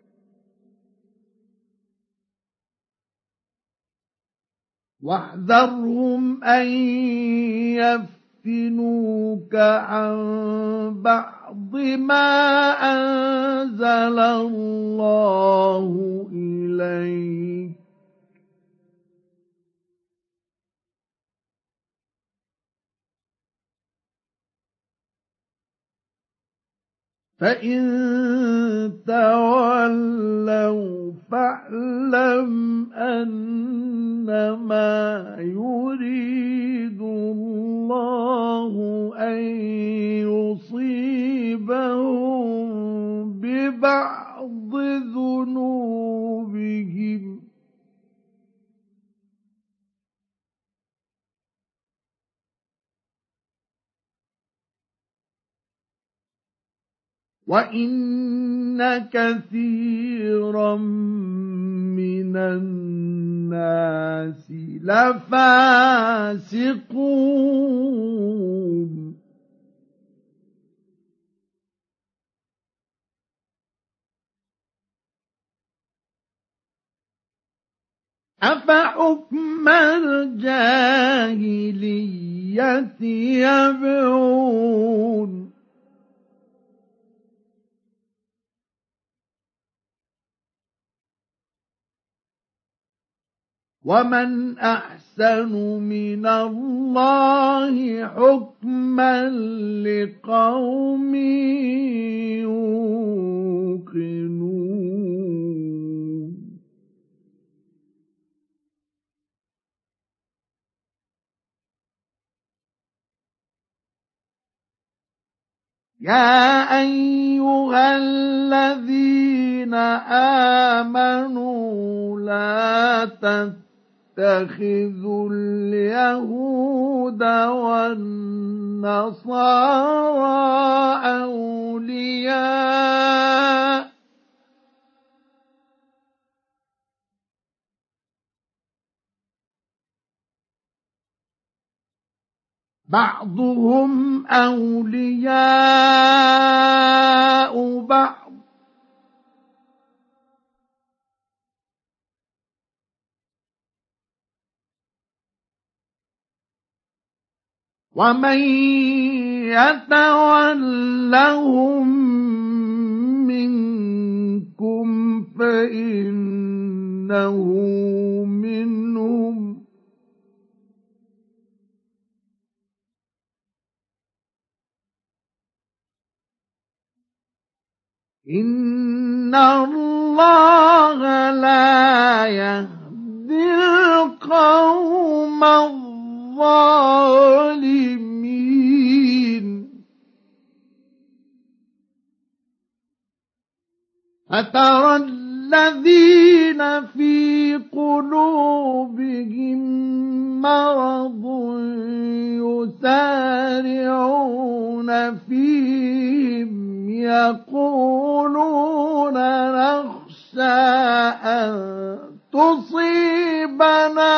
عن بعض ما أنزل الله إليك فإن تولوا فاعلم أنما يريد الله أن يصيبهم ببعض ذنوبهم وَإِنَّ كَثِيرًا مِنَ النَّاسِ لَفَاسِقُونَ أَفَحُكْمَ الْجَاهِلِيَّةِ يَبْغُونَ وَمَنْ أَحْسَنُ مِنَ اللَّهِ حُكْمًا لِقَوْمٍ يُوقِنُونَ يَا أَيُّهَا الَّذِينَ آمَنُوا لَا تَتَّخِذُوا الْيَهُودَ وَالنَّصَارَىٰ أَوْلِيَاءَ بَعْضُهُمْ أَوْلِيَاءُ بَعْضٍ وَمَن يَتَوَلَّهُم مِّنكُمْ فَإِنَّهُ مِنْهُمْ ۗ إِنَّ اللَّهَ لَا يَهْدِي الْقَوْمَ الظَّالِمِينَ فَتَرَى الَّذِينَ فِي قُلُوبِهِم مَّرَضٌ يُسَارِعُونَ فِيهِمْ يَقُولُونَ نَخْشَىٰ أَن تُصِيبَنَا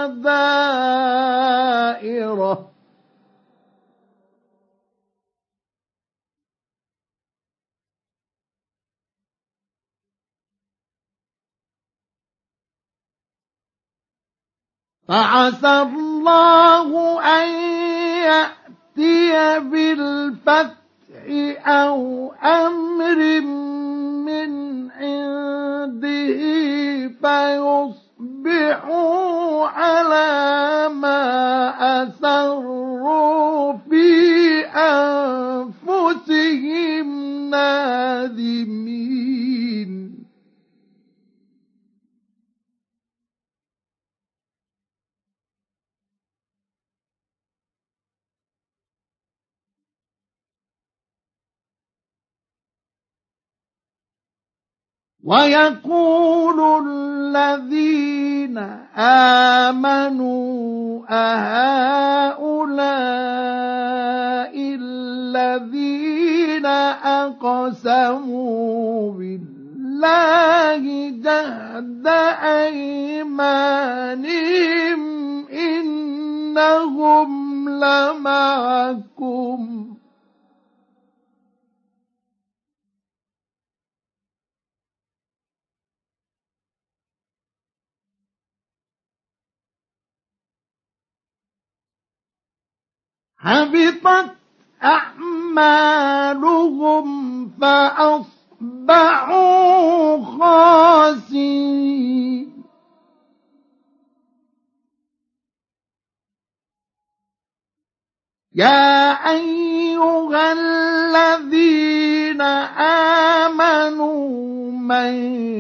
دَائِرَةٌ فَعَسَى اللَّهُ أَن يَأْتِيَ بِالْفَتْحِ أَوْ أَمْرٍ مِّنْ عِندِهِ فَيُصْبِحُوا عَلَىٰ مَا ويقول الذين آمنوا أهؤلاء الذين أقسموا بالله جهد أيمانهم إنهم لمعكم حبطت أعمالهم فأصبحوا خاسرين. يا أيها الذين آمنوا من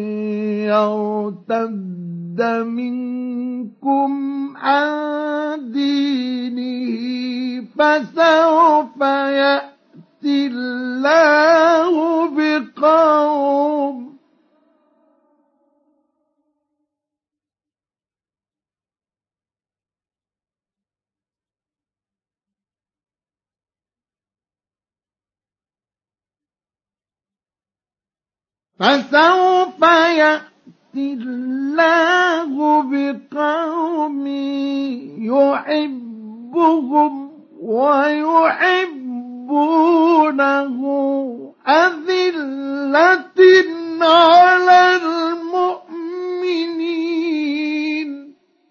يرتد منكم عن دينه فسوف يأتي الله بقوم يحبهم ويحبونه أذلة على المؤمنين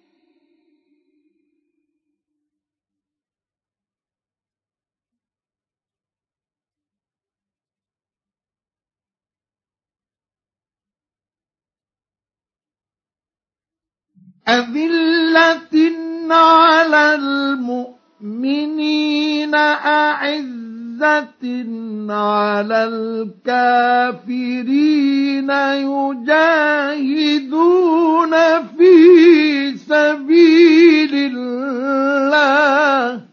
أعزة على الكافرين يجاهدون في سبيل الله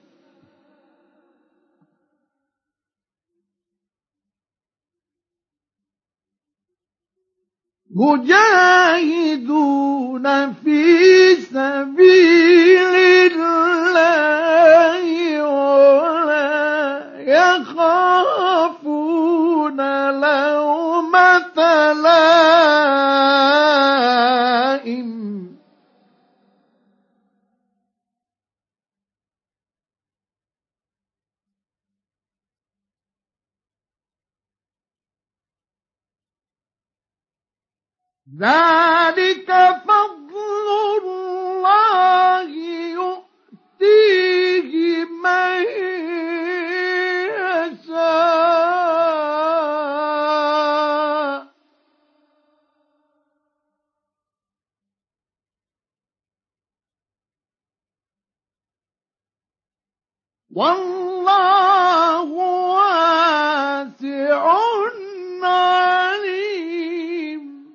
ولا يخافون لومة لائم ذلك فضل الله يؤتيه من يشاء والله واسع عليم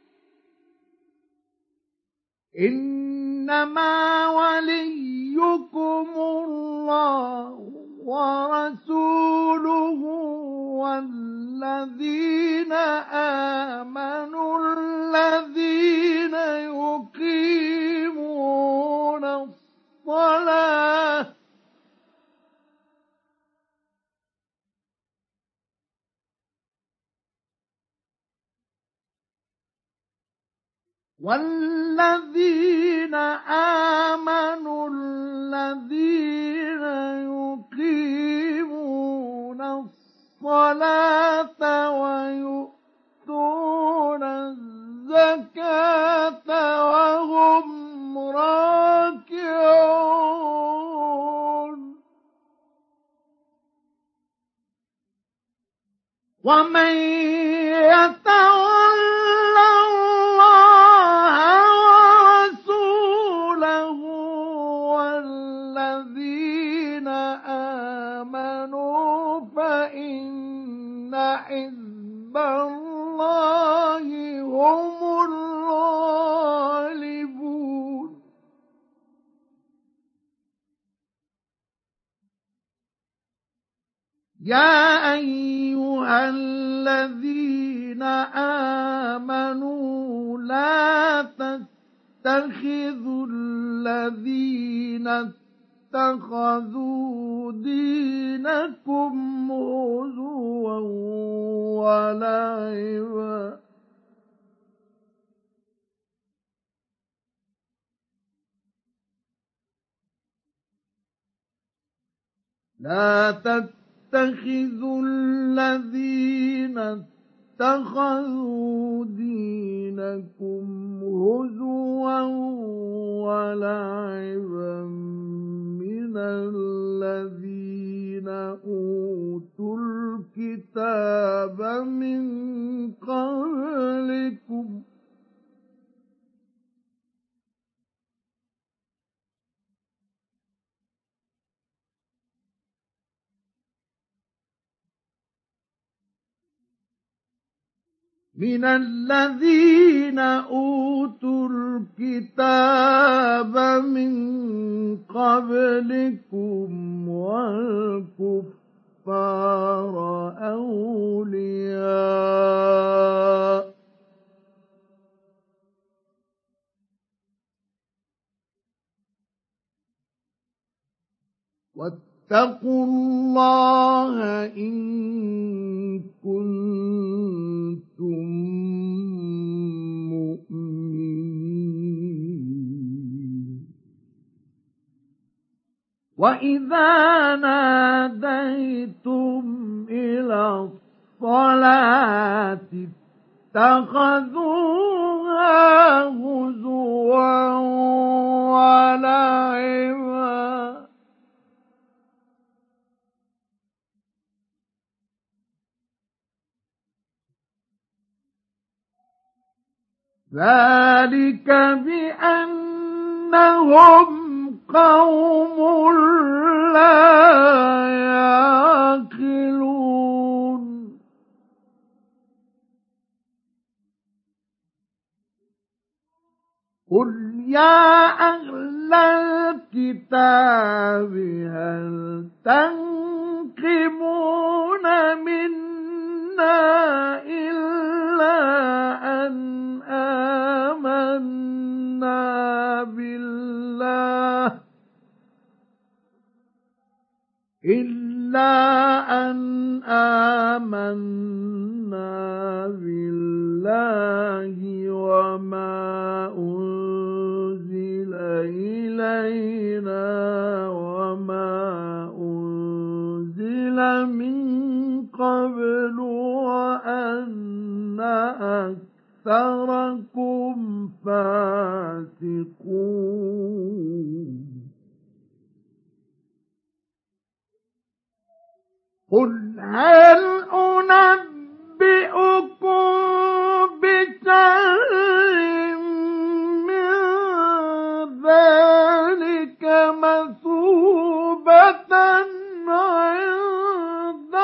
إنما وليكم الله ورسوله والذين آمنوا الذين يقيمون الصلاة والذين آمنوا الذين يقيمون الصلاة ويؤتون الزكاة وهم راكعون ومن يتول الله ورسوله والذين آمنوا فإن حزب الله هم الغالبون يا أيها الذين آمنوا لا تتخذوا الذين اتخذوا دينكم هزوا ولعبا لا تتخذوا الذين اتخذوا دينكم هزوا ولعبا من الذين أوتوا الكتاب من قبلكم والكفار أولياء واتقوا الله إن كنتم مؤمنين وإذا ناديتم إلى الصلاة اتخذوها هزوا ولعبا ذلك بأنهم قوم لا يعقلون قل يا أهل الكتاب هل تنقمون منا إلا أن آمنا بالله وما أنزل إلينا وما أنزل من قبل وأن أكثركم فاسقون قل هل أنبئكم بشر من ذلك مثوبة عند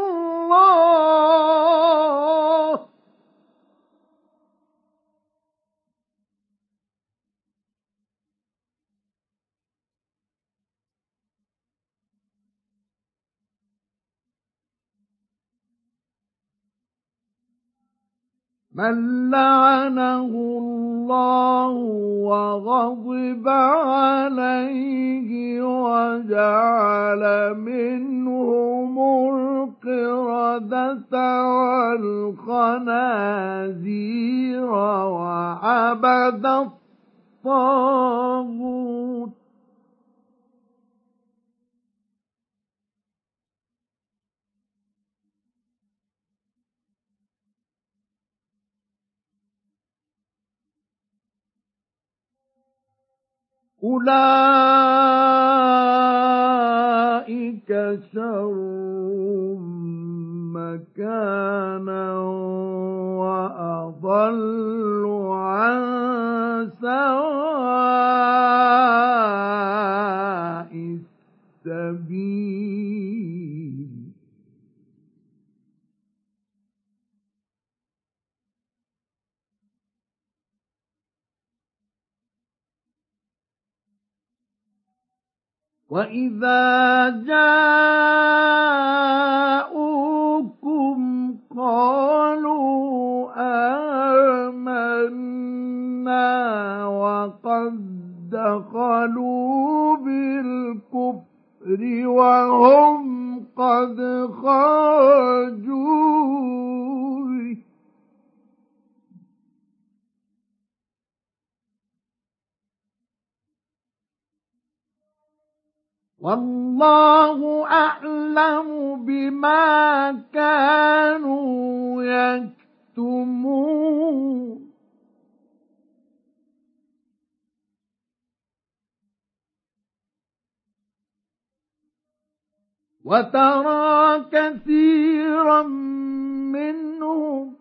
الله من لعنه الله وغضب عليه وجعل منهم القردة والخنازير وعبد الطاغوت أولئك شر مكانا وأضل عن سواء السبيل وإذا جاءوكم قالوا والله أعلم بما كانوا يكتمون وترى كثيرا منهم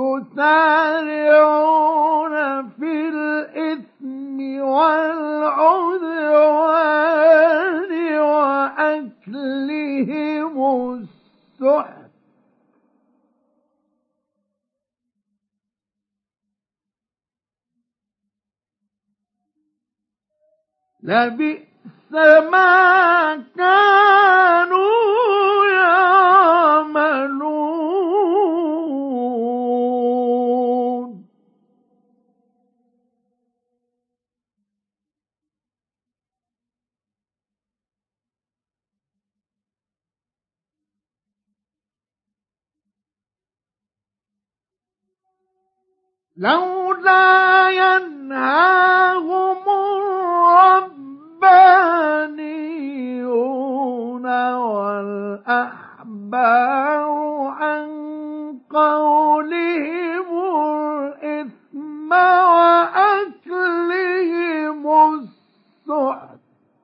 يسارعون في الإثم والعدوان وأكلهم السحت لبئس ما كانوا يعملون لولا ينهاهم الربانيون والأحبار عن قولهم الإثم وأكلهم السحت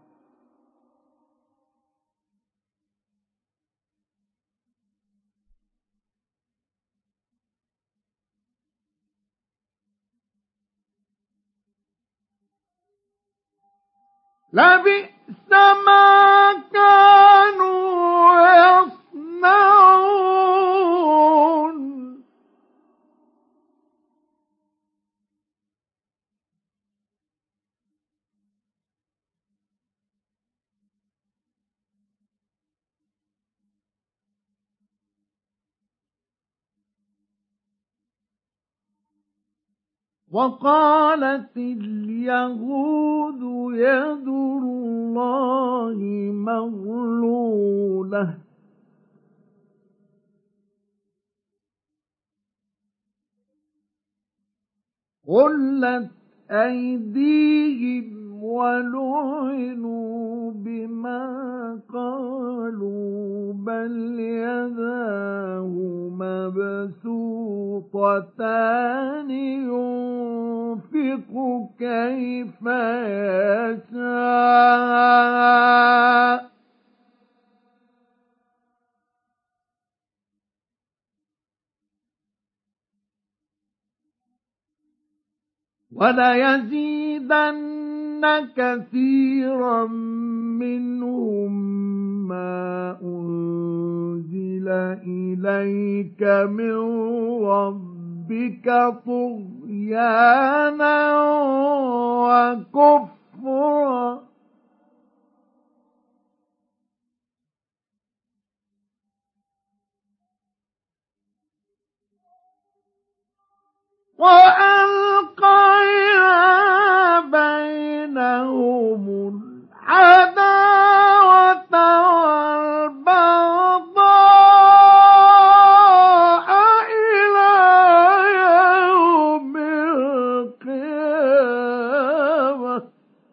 لبئس ما كانوا يصنعون وقالت اليهود يد الله مغلولة غلت أيديهم ولعنوا بما قالوا بل يداه مبسوطتان ينفق كيف يشاء وليزيدن كثيرا منهم ما أنزل إليك من ربك طغيانا وكفرا وألقينا بينهم العداوة والبغضاء إلى يوم القيامة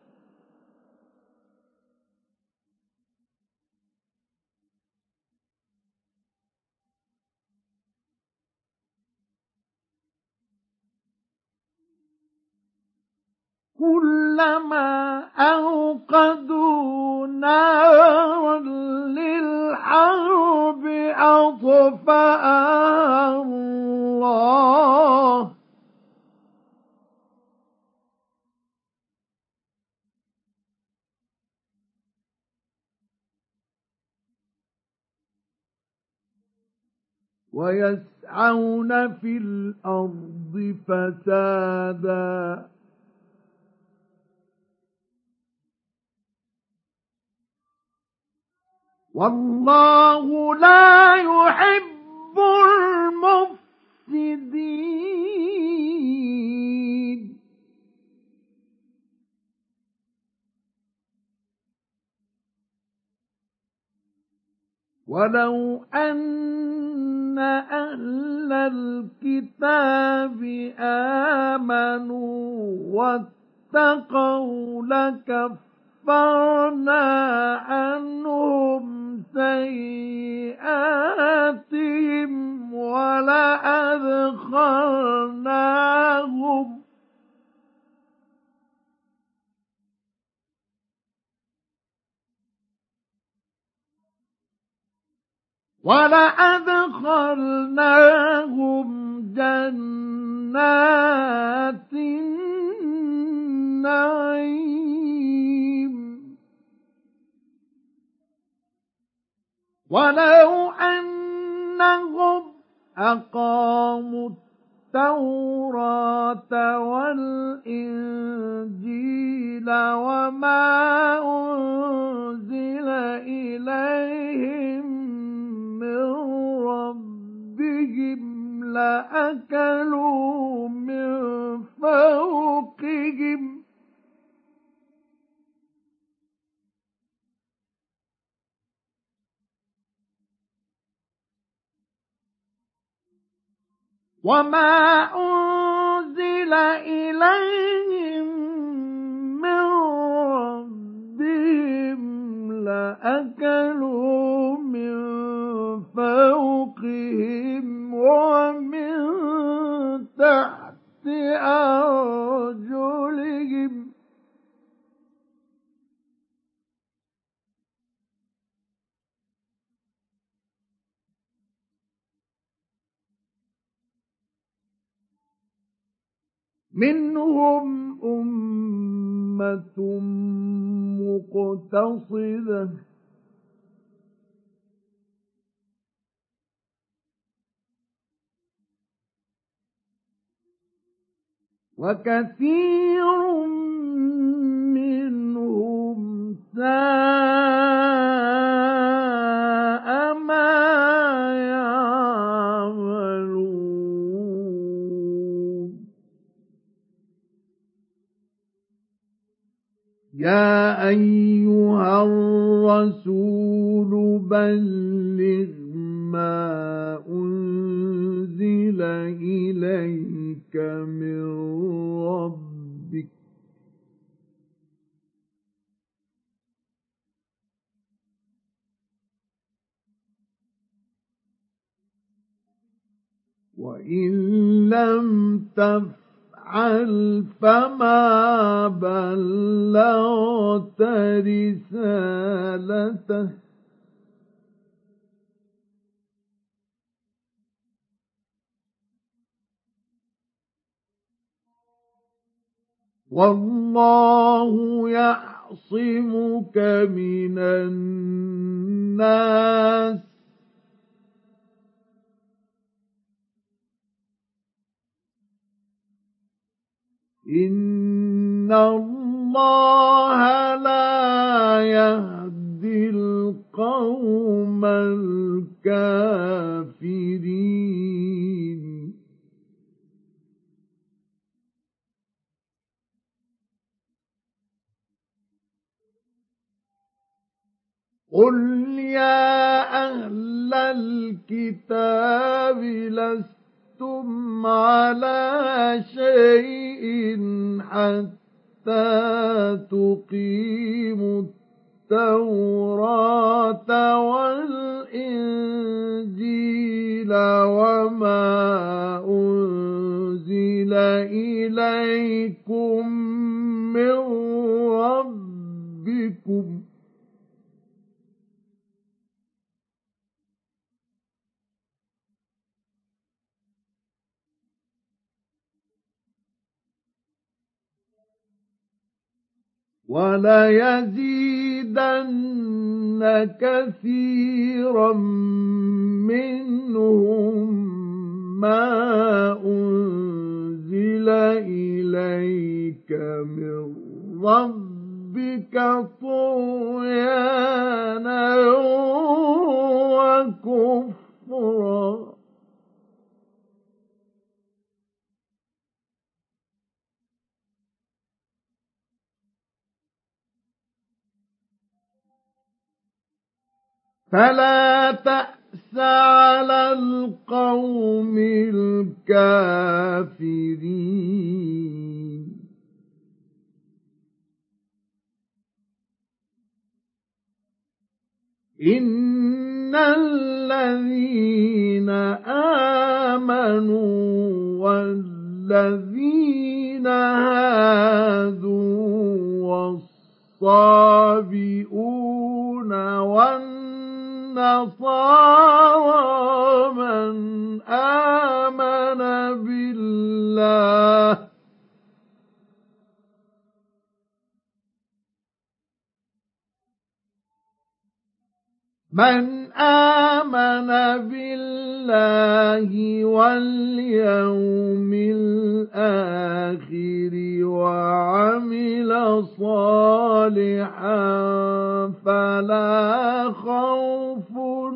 كلما أوقدوا نارا للحرب أطفأها الله ويسعون في الأرض فسادا والله لا يحب المفسدين ولو أن أهل الكتاب آمنوا واتقوا لكفرنا كفرنا عنهم سيئاتهم ولأدخلناهم جنات النعيم ولو أنهم أقاموا التوراة والإنجيل وما أنزل إليهم من ربهم لأكلوا من فوقهم وما أنزل إليهم من ربهم لأكلوا من فوقهم ومن تحت أرجلهم منهم أمة مقتصدة وكثير منهم ساء ما يعملون يا أيها الرسول بلغ ما أنزل إليك من ربك وإن لم تفعل فما بلغت رسالته والله يعصمك من الناس إن الله لا يهدي القوم الكافرين قل يا أهل الكتاب لستم على شيء حتى تقيموا التوراة والإنجيل وما أنزل إليكم من ربكم وليزيدن كثيرا منهم ما أنزل إليك من ربك طغيانا وكفرا فلا تأس على القوم الكافرين إن الذين آمنوا والذين هادوا والصابئون والنصارى من آمن بالله واليوم الآخر وعمل صالحا فلا خوف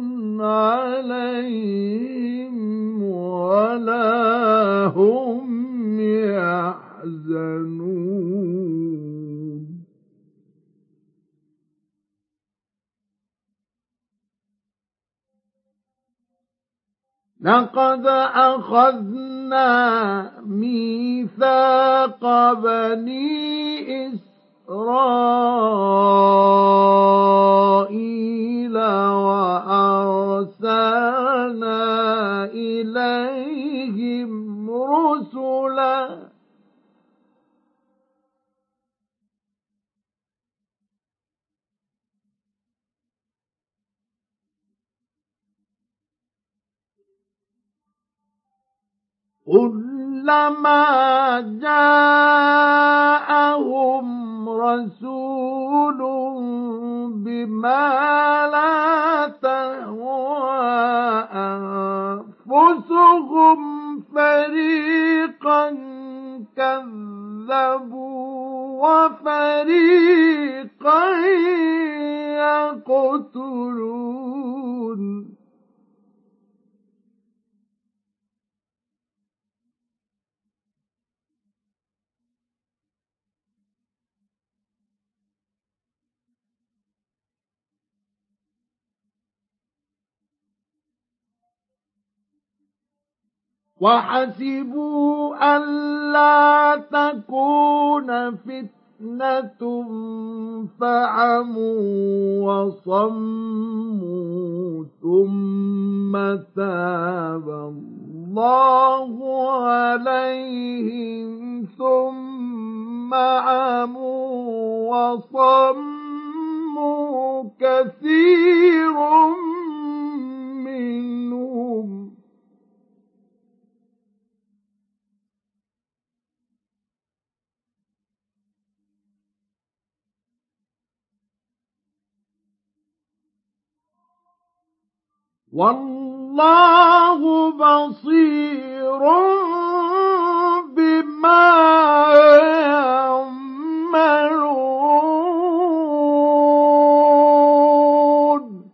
عليهم ولا هم يحزنون لقد أخذنا ميثاق بني إسرائيل وأرسلنا إليهم رسلا كلما جاءهم رسول بما لا تهوى أنفسهم فريقا كذبوا وفريقا يقتلون وحسبوا ألا تكون فتنة فعموا وصموا ثم تاب الله عليهم ثم عموا وصموا كثير منهم والله بصير بما يعملون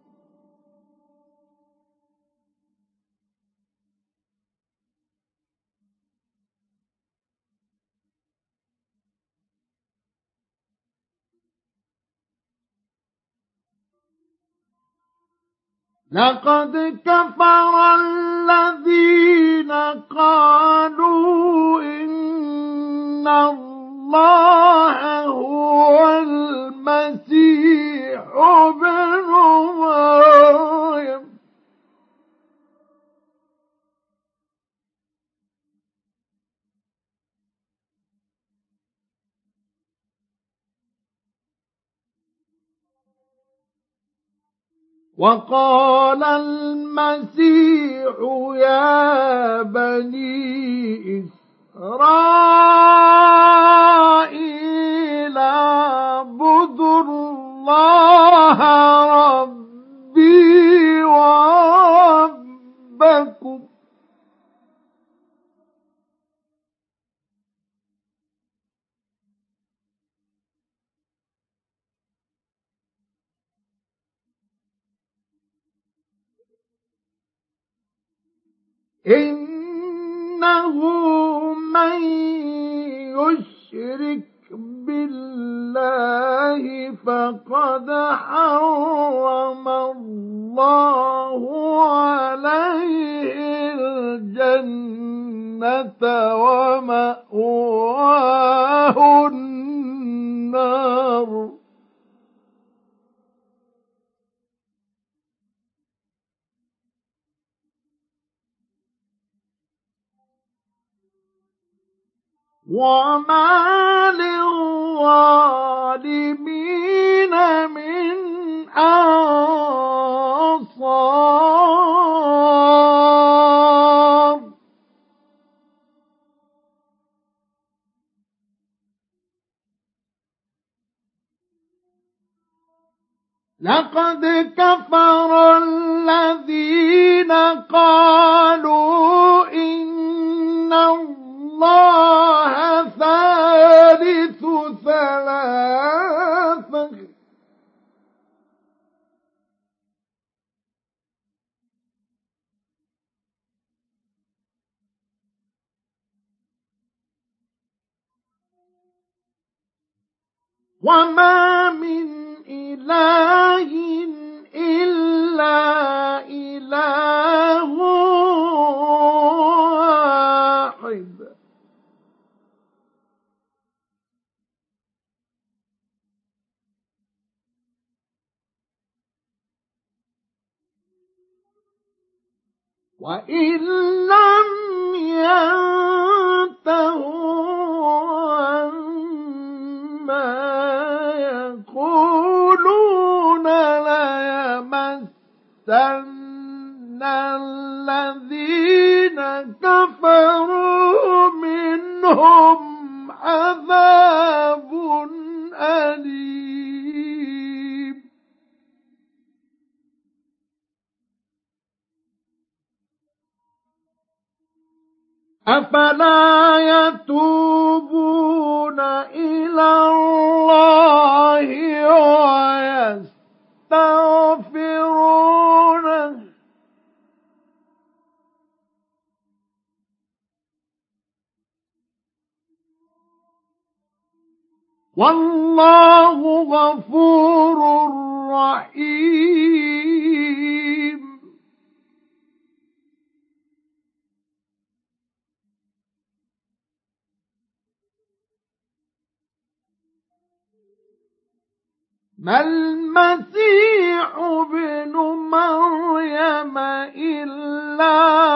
لقد كفر الذين قالوا إن الله هو المسيح ابن مريم وقال المسيح يا بني إسرائيل اعبدوا الله ربي وربكم إنه من يشرك بالله فقد حرم الله عليه الجنة ومأواه النار وما للظالمين من أنصار. لقد كفر الذين قالوا إن الله ثالث ثلاثة وما من إله إلا إله واحد. وإن لم ينتهوا عما يقولون ليمسن الذين كفروا منهم عذاب أليم. أفلا يتوبون إلى الله ويستغفرونه والله غفور رحيم. ما المسيح ابن مريم إلا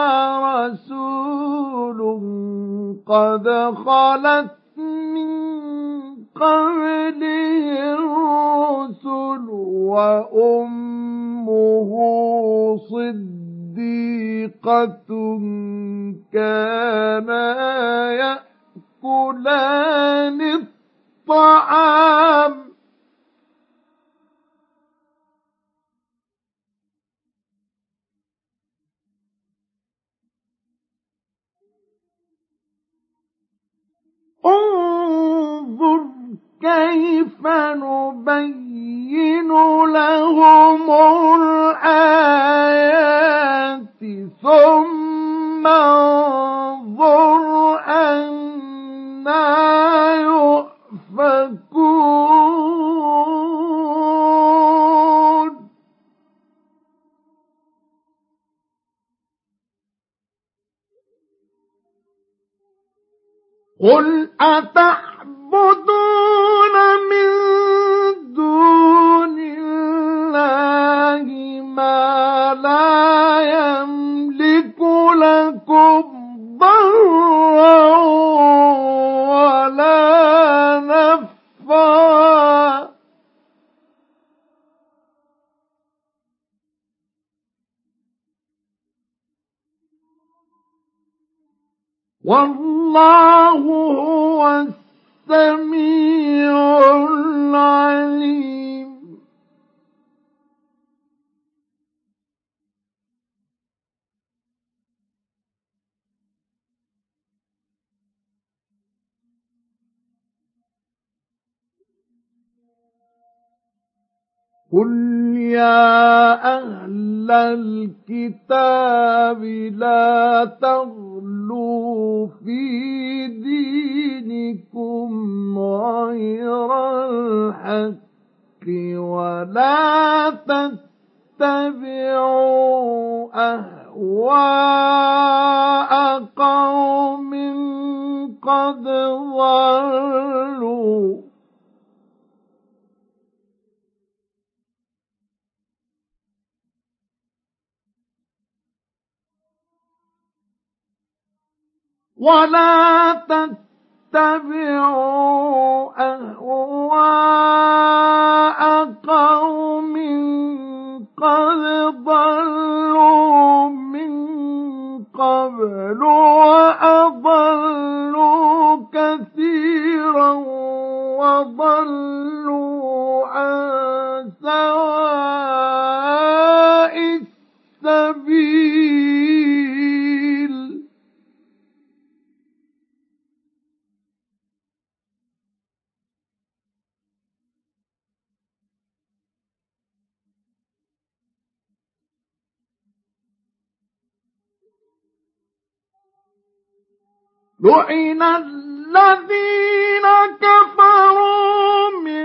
رسول قد خلت من قبله الرسل وأمه صديقة كانا يأكلان الطعام انظر كيف نبين لهم الآيات ثم انظر أنى يؤفكون. قل أتعبدون من دون الله ما لا يملك لكم ضرا ولا نفعا والله هو السميع العليم. قل يا أهل الكتاب لا تغلوا في دينكم غير الحق ولا تتبعوا أهواء قوم قد ضلوا ولا تتبعوا أهواء قوم قد ضلوا من قبل وأضلوا كثيرا وضلوا عن سواء السبيل. لعن الذين كفروا من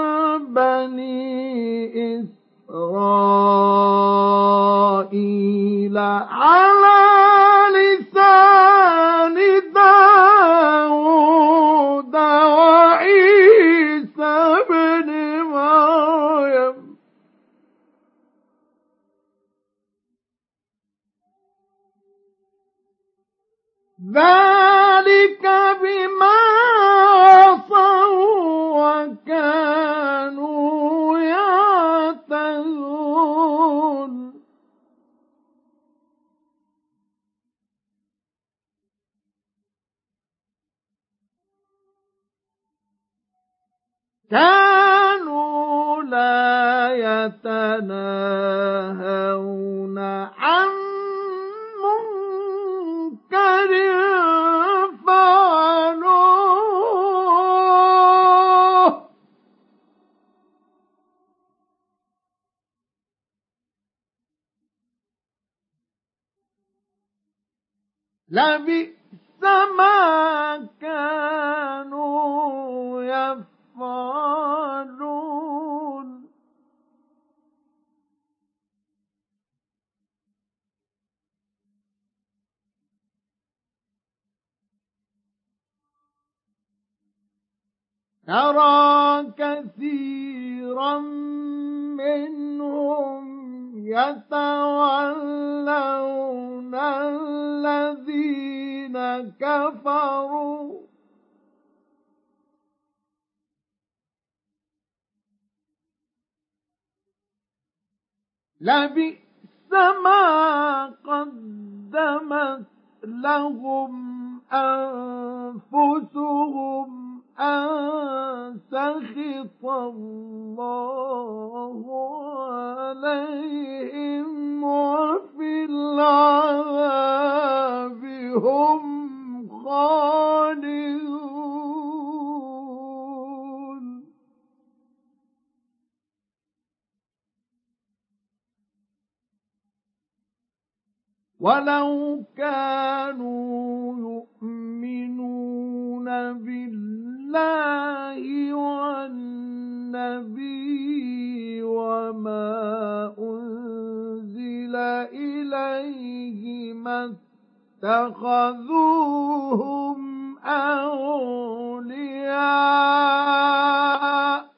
بني إسرائيل على لسان داود وعيسى بن مريم ذلك بما عصوا وكانوا يعتدون. كانوا لا يتناهون عن منكر فعلوه لبئس ما كانوا يفعلون. ترى كثيرا منهم يتولون الذين كفروا لبئس ما قدمت لهم أنفسهم أن سخط الله عليهم وفي العذاب هم خالدون. ولو كانوا يؤمنون بالله والنبي وما أنزل إليه ما اتخذوهم أولياء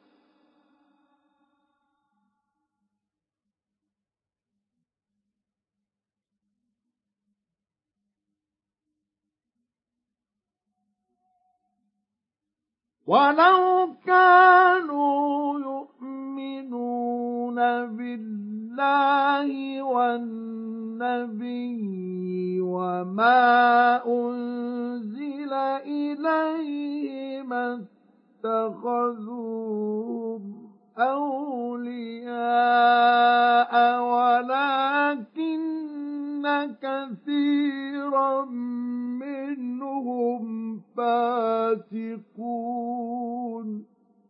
ولو كانوا يؤمنون بالله والنبي وما أنزل إليه ما اتخذوهم أولياء ولكن كثيرا منهم فاسقون.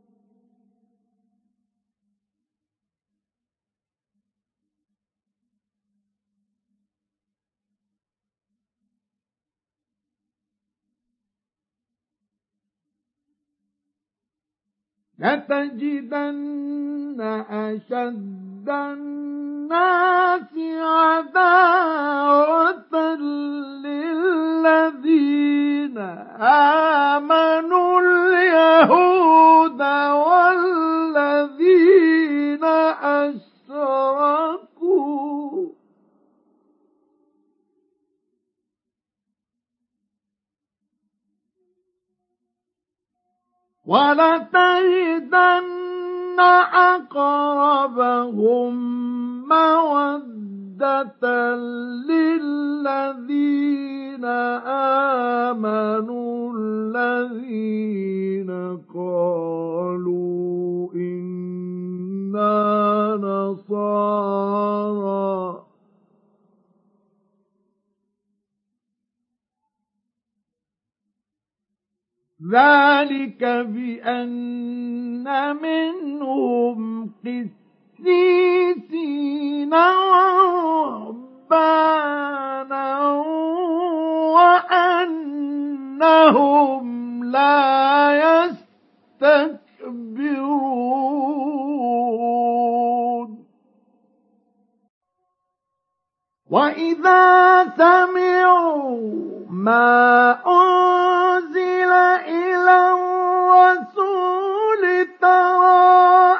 لتجدن أشد الناس عداوة للذين آمنوا اليهود والذين أشركوا ولتجدن أقربهم مودة للذين آمنوا الذين قالوا إنا نصارى ذلك بأن منهم قسيسين ورهبانا وأنهم لا يستكبرون وإذا سمعوا ما أنزل إلى الرسول ترى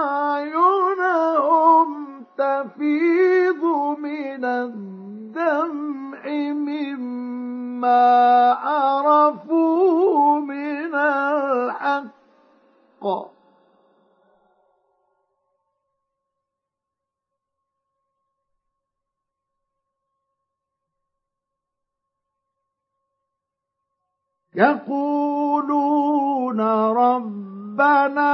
أعينهم تفيض من الدمع مما عرفوا من الحق يقولون ربنا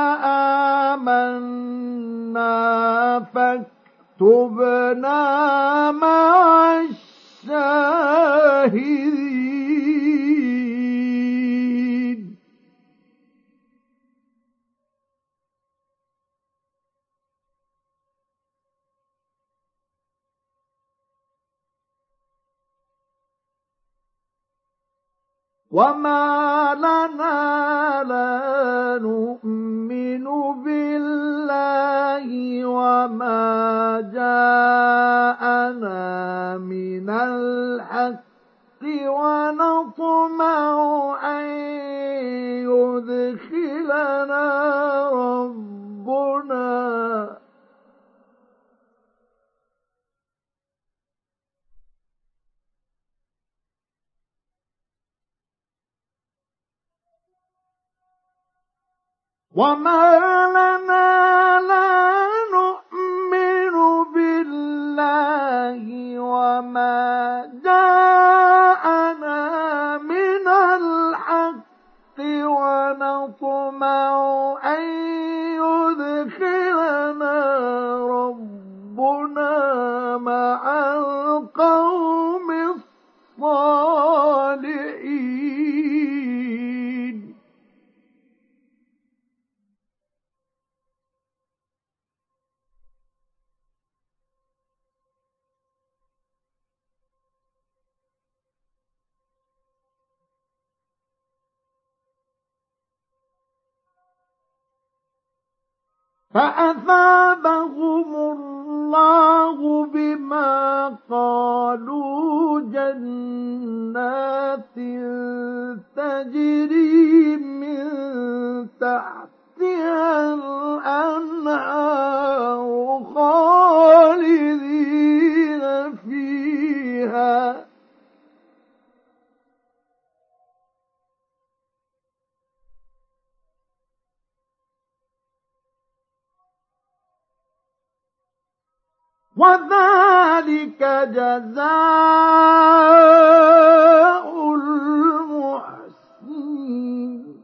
آمنا فاكتبنا مع الشاهدين وما لنا لا نؤمن بالله وما جاءنا من الحق ونطمع أن يدخلنا ربنا وما لنا لا نؤمن بالله وما جاءنا من الحق ونطمع أن يدخلنا ربنا مع القوم الصالحين فأثابهم الله بما قالوا جنات تجري من تحتها الأنهار خالدين فيها وذلك جزاء المحسنين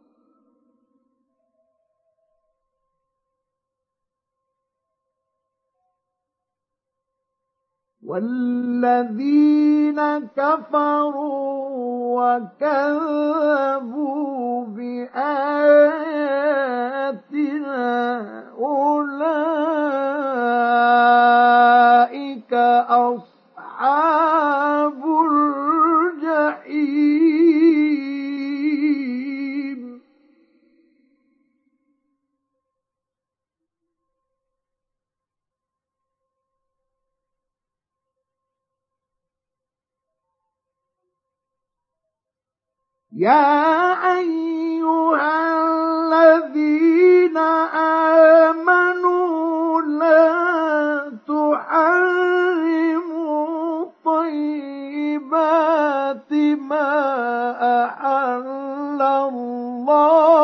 والذين كفروا وكذبوا بآياتنا أولئك أصحاب الجحيم يا أيها الذين آمنوا لا تحرموا طيبات ما أحل الله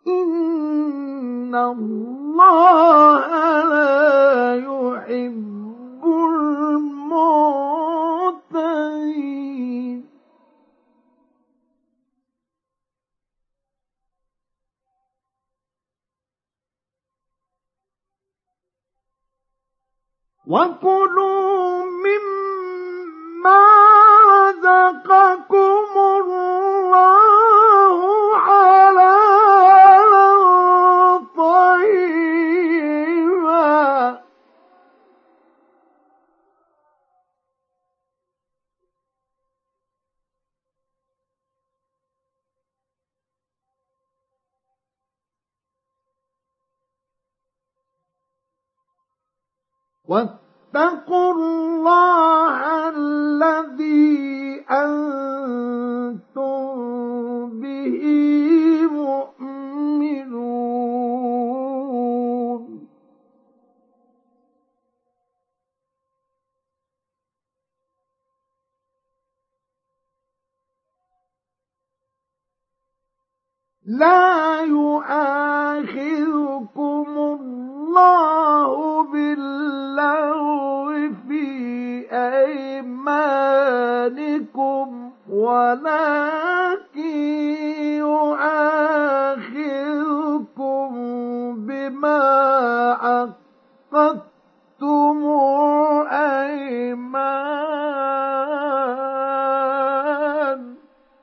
إن الله لا يحب المعتدين وكلوا مما رزقكم الله حلالا طيبا واتقوا الله الذي أنتم به مؤمنون لا يؤاخذكم الله باللغو في أيمانكم ولكن يؤاخذكم بما عقدتم الأيمان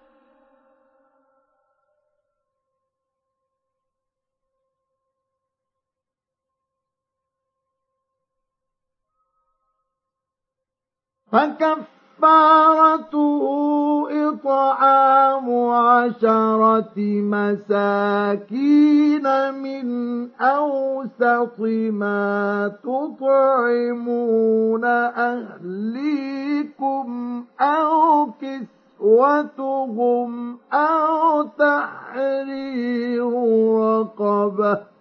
فكفارته إطعام 10 مساكين من أوسط ما تطعمون أهليكم أو كسوتهم أو تحرير رقبة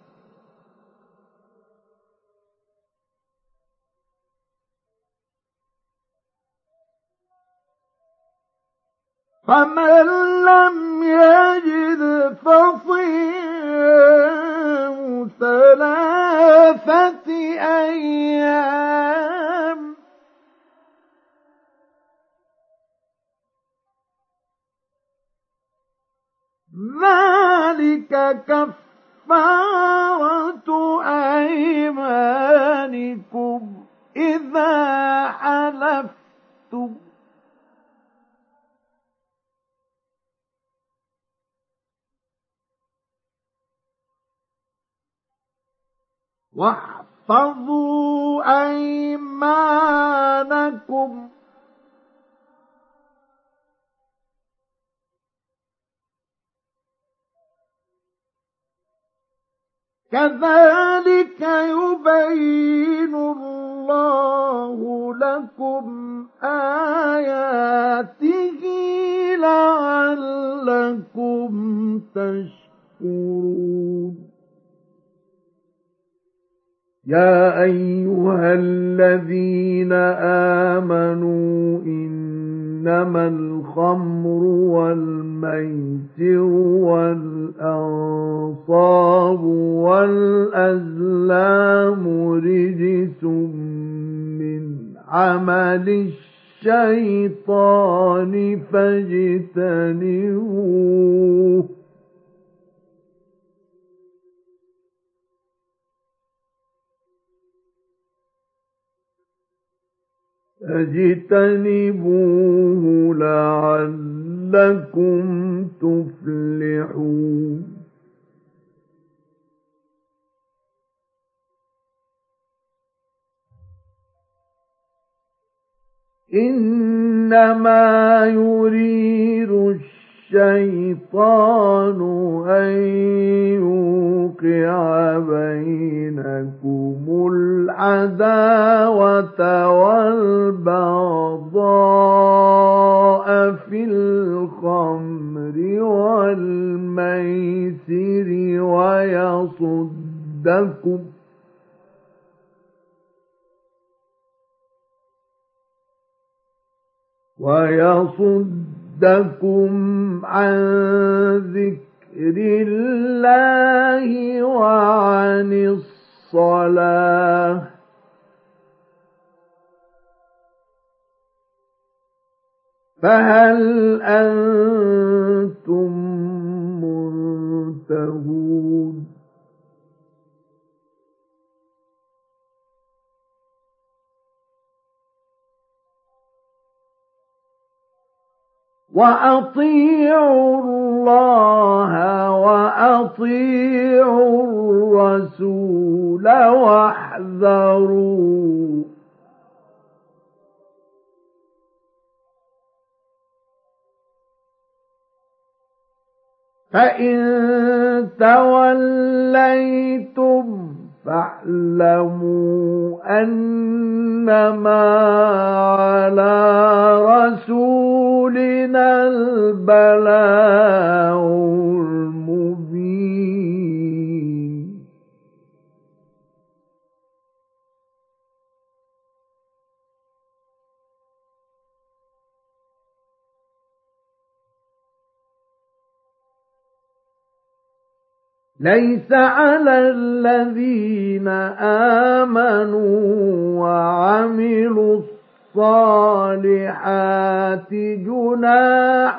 فمن لم يجد فصيام 3 أيام ذلك كفارة أيمانكم إذا حلفتم واحفظوا أيمانكم كذلك يبين الله لكم آياته لعلكم تشكرون يا أيها الذين آمنوا إنما الخمر والميسر والأنصاب والأزلام رجس من عمل الشيطان فاجتنبوه لعلكم تفلحون إنما يريد الشيطان أن يوقع بينكم العداوة والبغضاء في الخمر والميسر ويصدكم عن ذكر الله وعن الصلاة فهل أنتم منتهون وأطيعوا الله وأطيعوا الرسول واحذروا فإن توليتم فاعلموا أنما على رسولنا البلاغ المبين ليس على الذين آمنوا وعملوا الصالحات جناح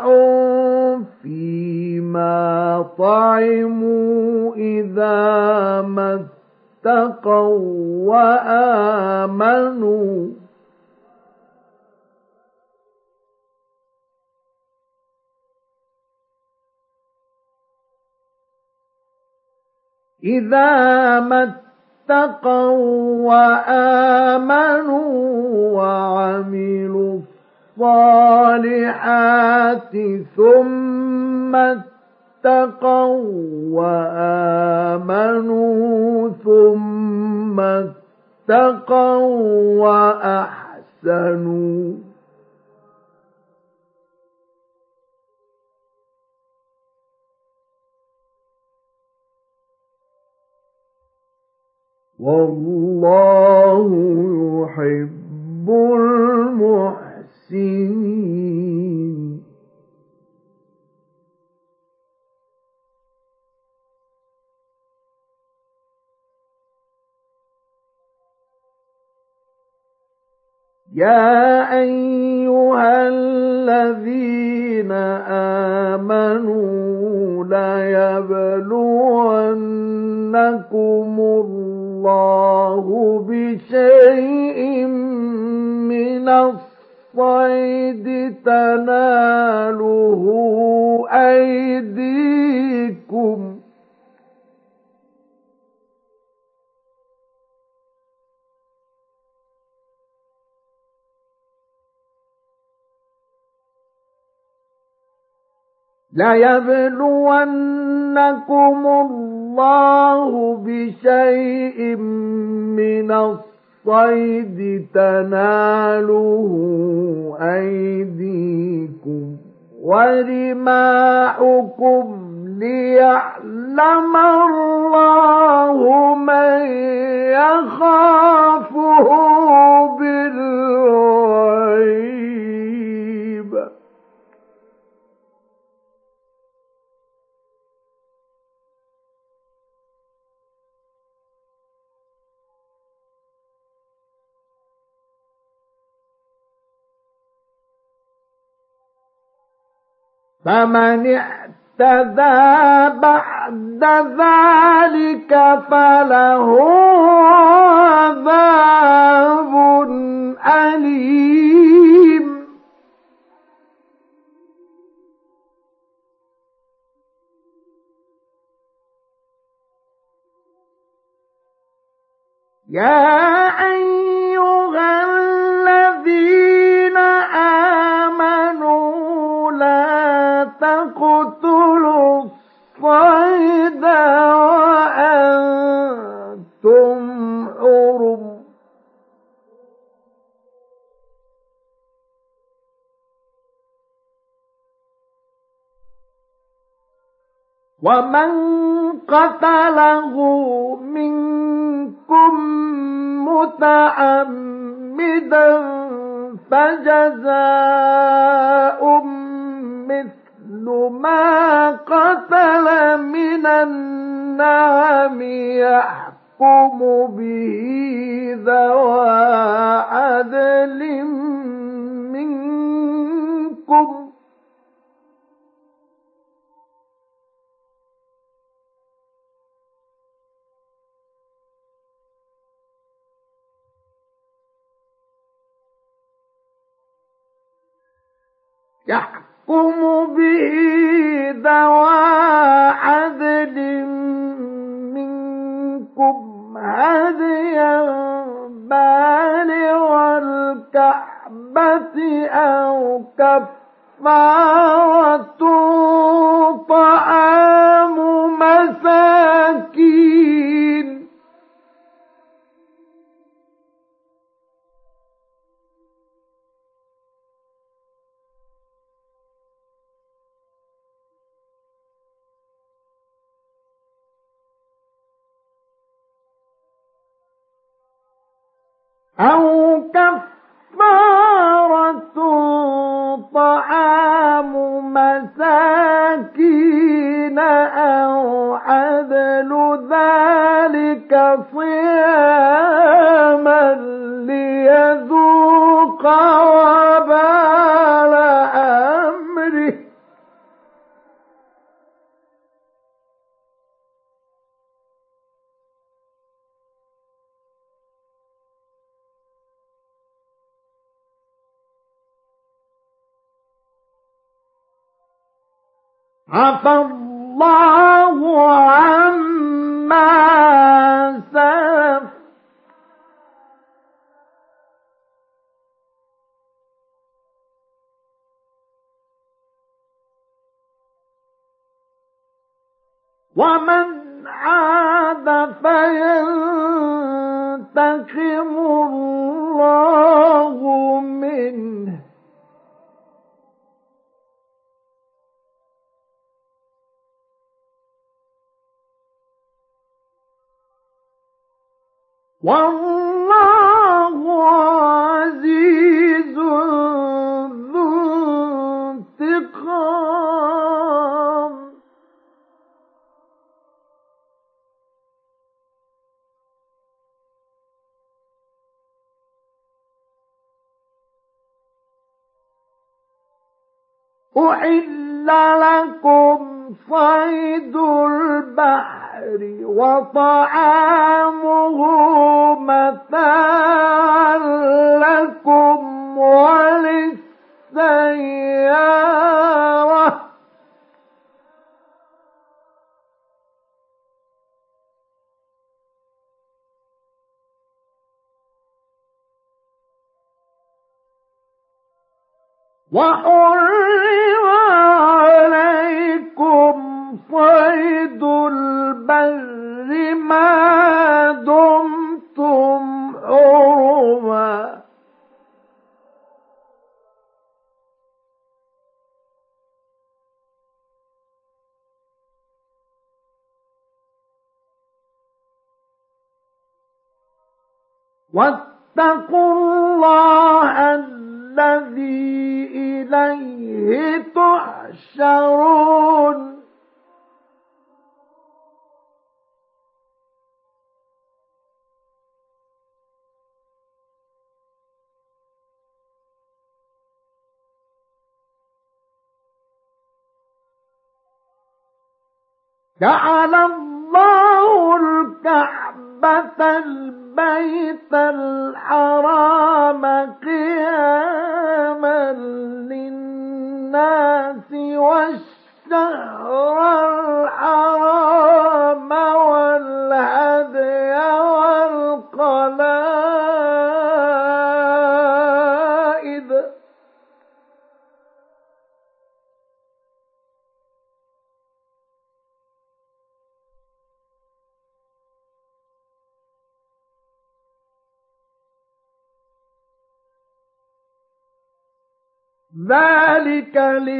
فيما طعموا إذا ما اتقوا وآمنوا إذا ما اتقوا وآمنوا وعملوا الصالحات ثم اتقوا وآمنوا ثم اتقوا وأحسنوا والله يحب المحسنين يا أيها الذين آمنوا ليبلونكم الله بشيء من الصيد تناله أيديكم ليبلونكم الله بشيء من الصيد تناله أيديكم ورماحكم ليعلم الله من يخافه بالغيب فمن اعتدى بعد ذلك فله عذاب أليم يا أيها الذين آمنوا لا تقتلوا الصيد وأنتم حرم ومن قتله منكم متعمدا فجزاء مثل مثل ما قتل من النعم يحكم به ذوى عدل منكم هديا بالغ الكعبة أو كفارة طعام مساكين أو عدل ذلك صياما ليذوق وبال أمره عفى الله عما سلف ومن عاد فينتقم الله منه والله عزيز ذو انتقام أحل لكم صيد البحر وطعامه متاعا لكم وللسيارة وحرم عليكم صيد البر ما دمتم حرما واتقوا الله الذي إليه تحشرون جعل الله الكعبة البيت الحرام قياما للناس والشهر الحرام والهدي والقلائد ذلك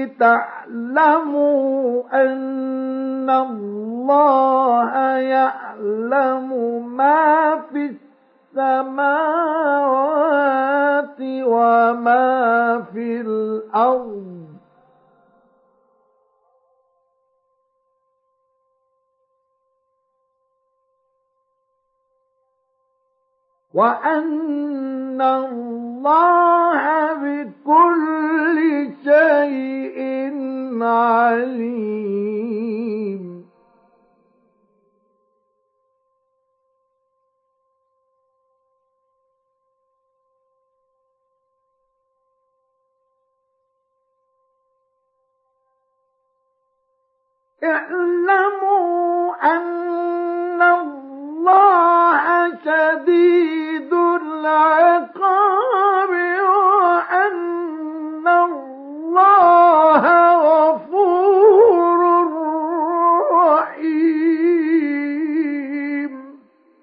لتعلموا أن الله يعلم ما في السماوات وما في الأرض وأن الله بكل شيء عليم اعلموا أن الله شديد العقاب وأن الله غفور رحيم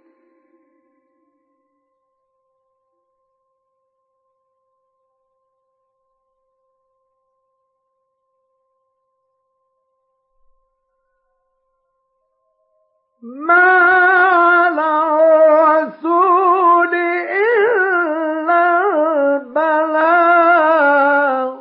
ما على الرسول إلا البلاغ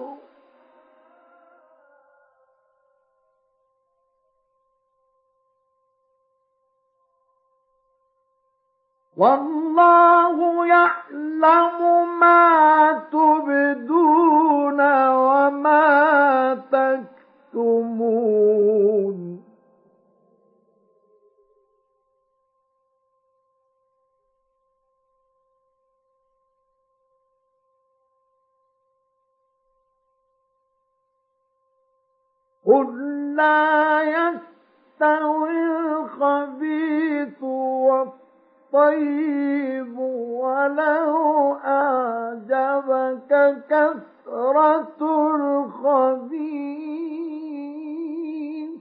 والله يعلم ما تبدون وما تكتمون قل لا يستوي الخبيث والطيب ولو أعجبك كثرة الخبيث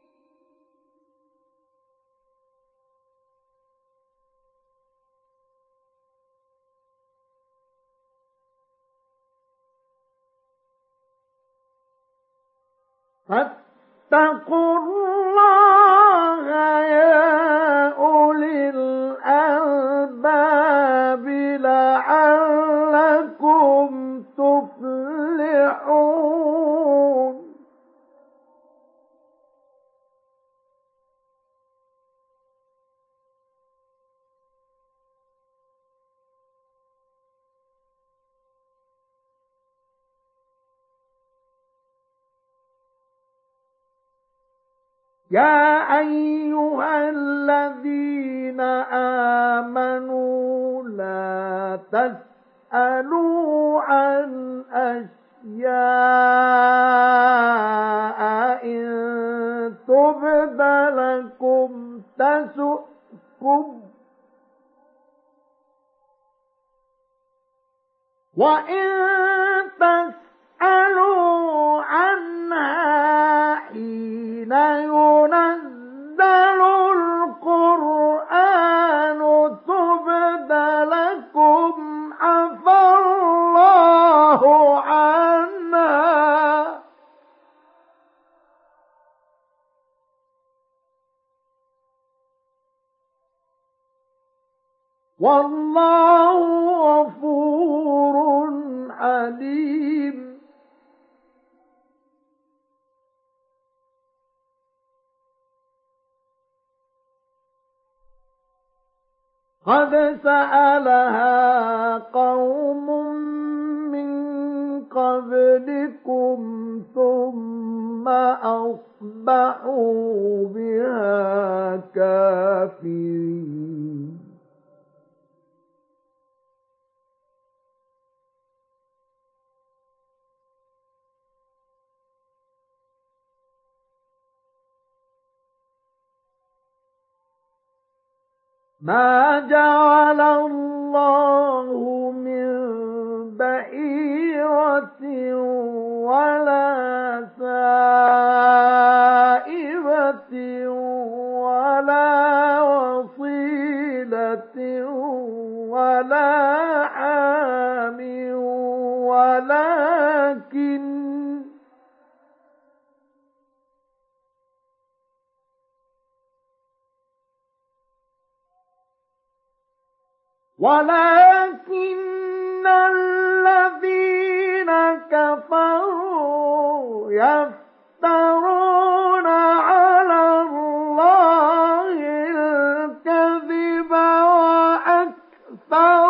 فاتقوا الله يا أولي الألباب لعلكم تفلحون يا أيها الذين آمنوا لا تسألوا عن أشياء إن تبد لكم تسؤكم وإن تسألوا عنها حين ينزل القرآن تبد لكم عفى الله عنها والله غفور حليم قد سألها قوم من قبلكم ثم أصبحوا بها كافرين ما جعل الله من بحيرة ولا سائبة ولا وصيلة ولا حام ولكن الذين كفروا يفترون على الله الكذب وأكثرهم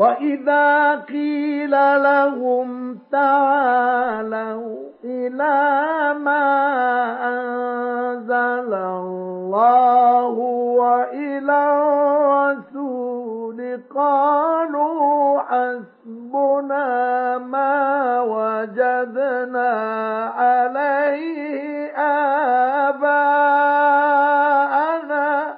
وإذا قيل لهم تعالوا إلى ما أنزل الله وإلى الرسول قالوا حسبنا ما وجدنا عليه آباءنا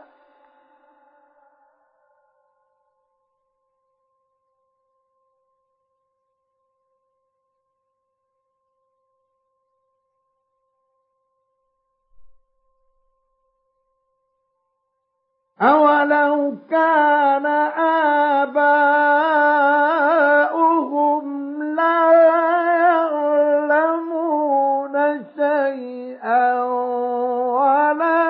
أولو كان آباؤهم لا يعلمون شيئا ولا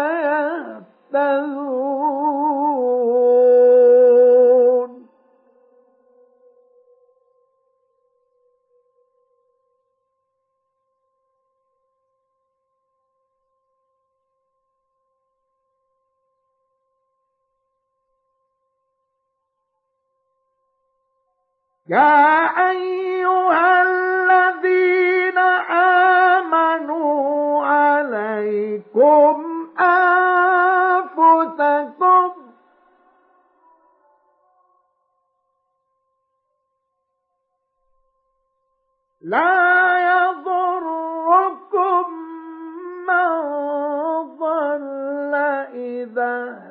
يهتدون يا أيها الذين آمنوا عليكم أنفسكم لا يضركم من ضل إذا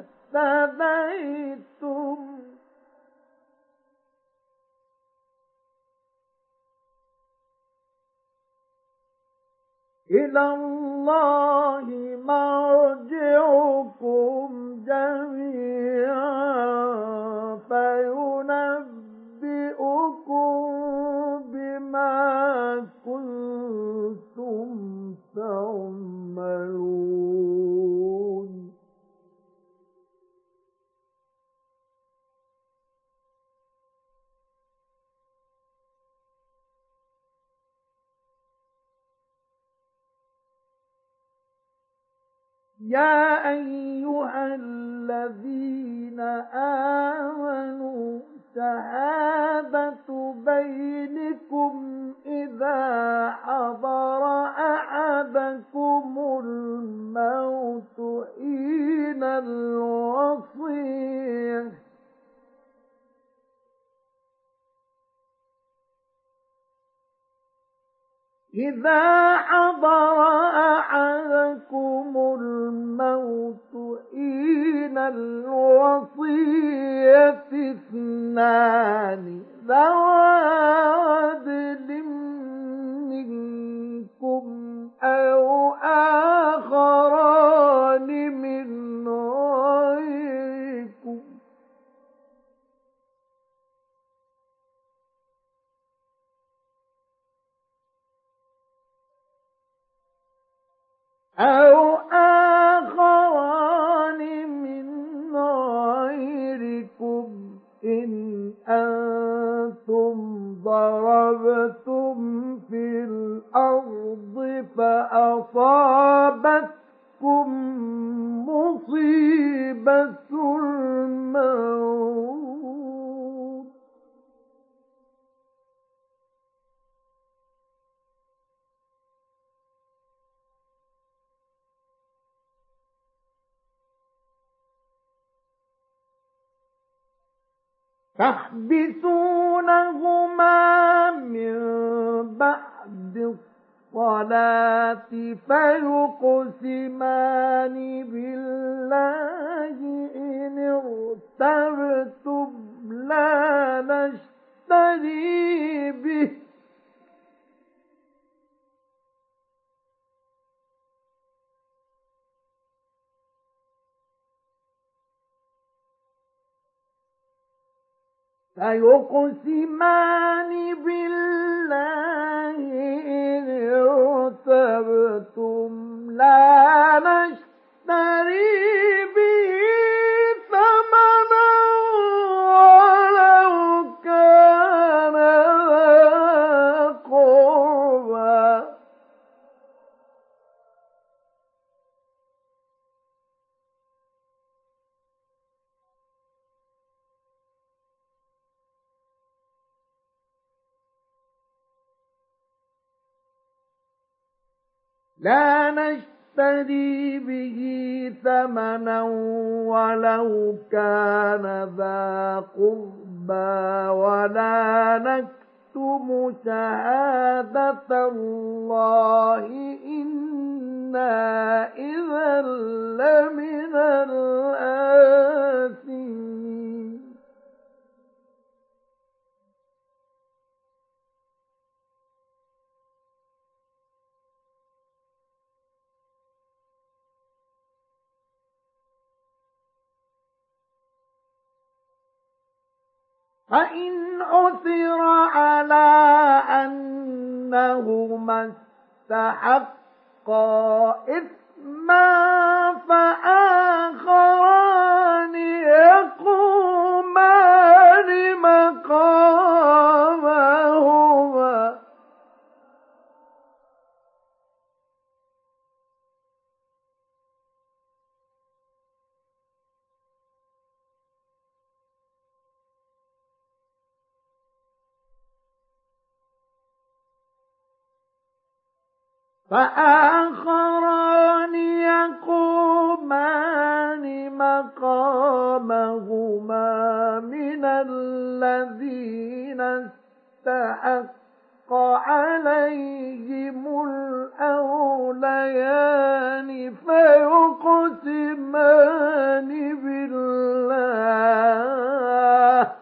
اهتديتم إلى الله مرجعكم جميعا فينبئكم بما كنتم تعملون يا أيها الذين آمنوا شهادة بينكم إذا حضر أحدكم الموت حين الوصية إذا حضر أحدكم الموت حين الوصية اثنان ذوى عدل منكم أو آخران من غيركم إن أنتم ضربتم في الأرض فأصابتكم مصيبة الموت تحبسونهما من بعد الصلاة فيقسمان بالله إن ارتبتم لا نشتري به فيقسمان بالله إن ارتبتم لا نشتري به ثمنا ولو كان ذا قربى لا نشتري به ثمنا ولو كان ذا قربى ولا نكتم شهادة الله إنا إذا لمن الآثمين فإن عثر على أنهما استحقا إثما فآخران يقومان مقامهما مقامهما من الذين استحق عليهم الأوليان فيقسمان بالله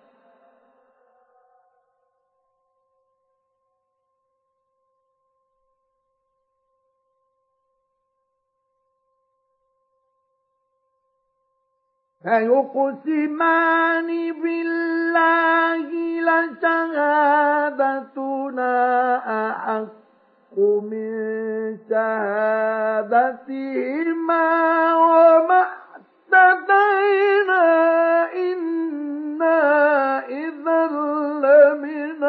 لشهادتنا أحق من شهادتهما وما اعتدينا إنا إذا لمن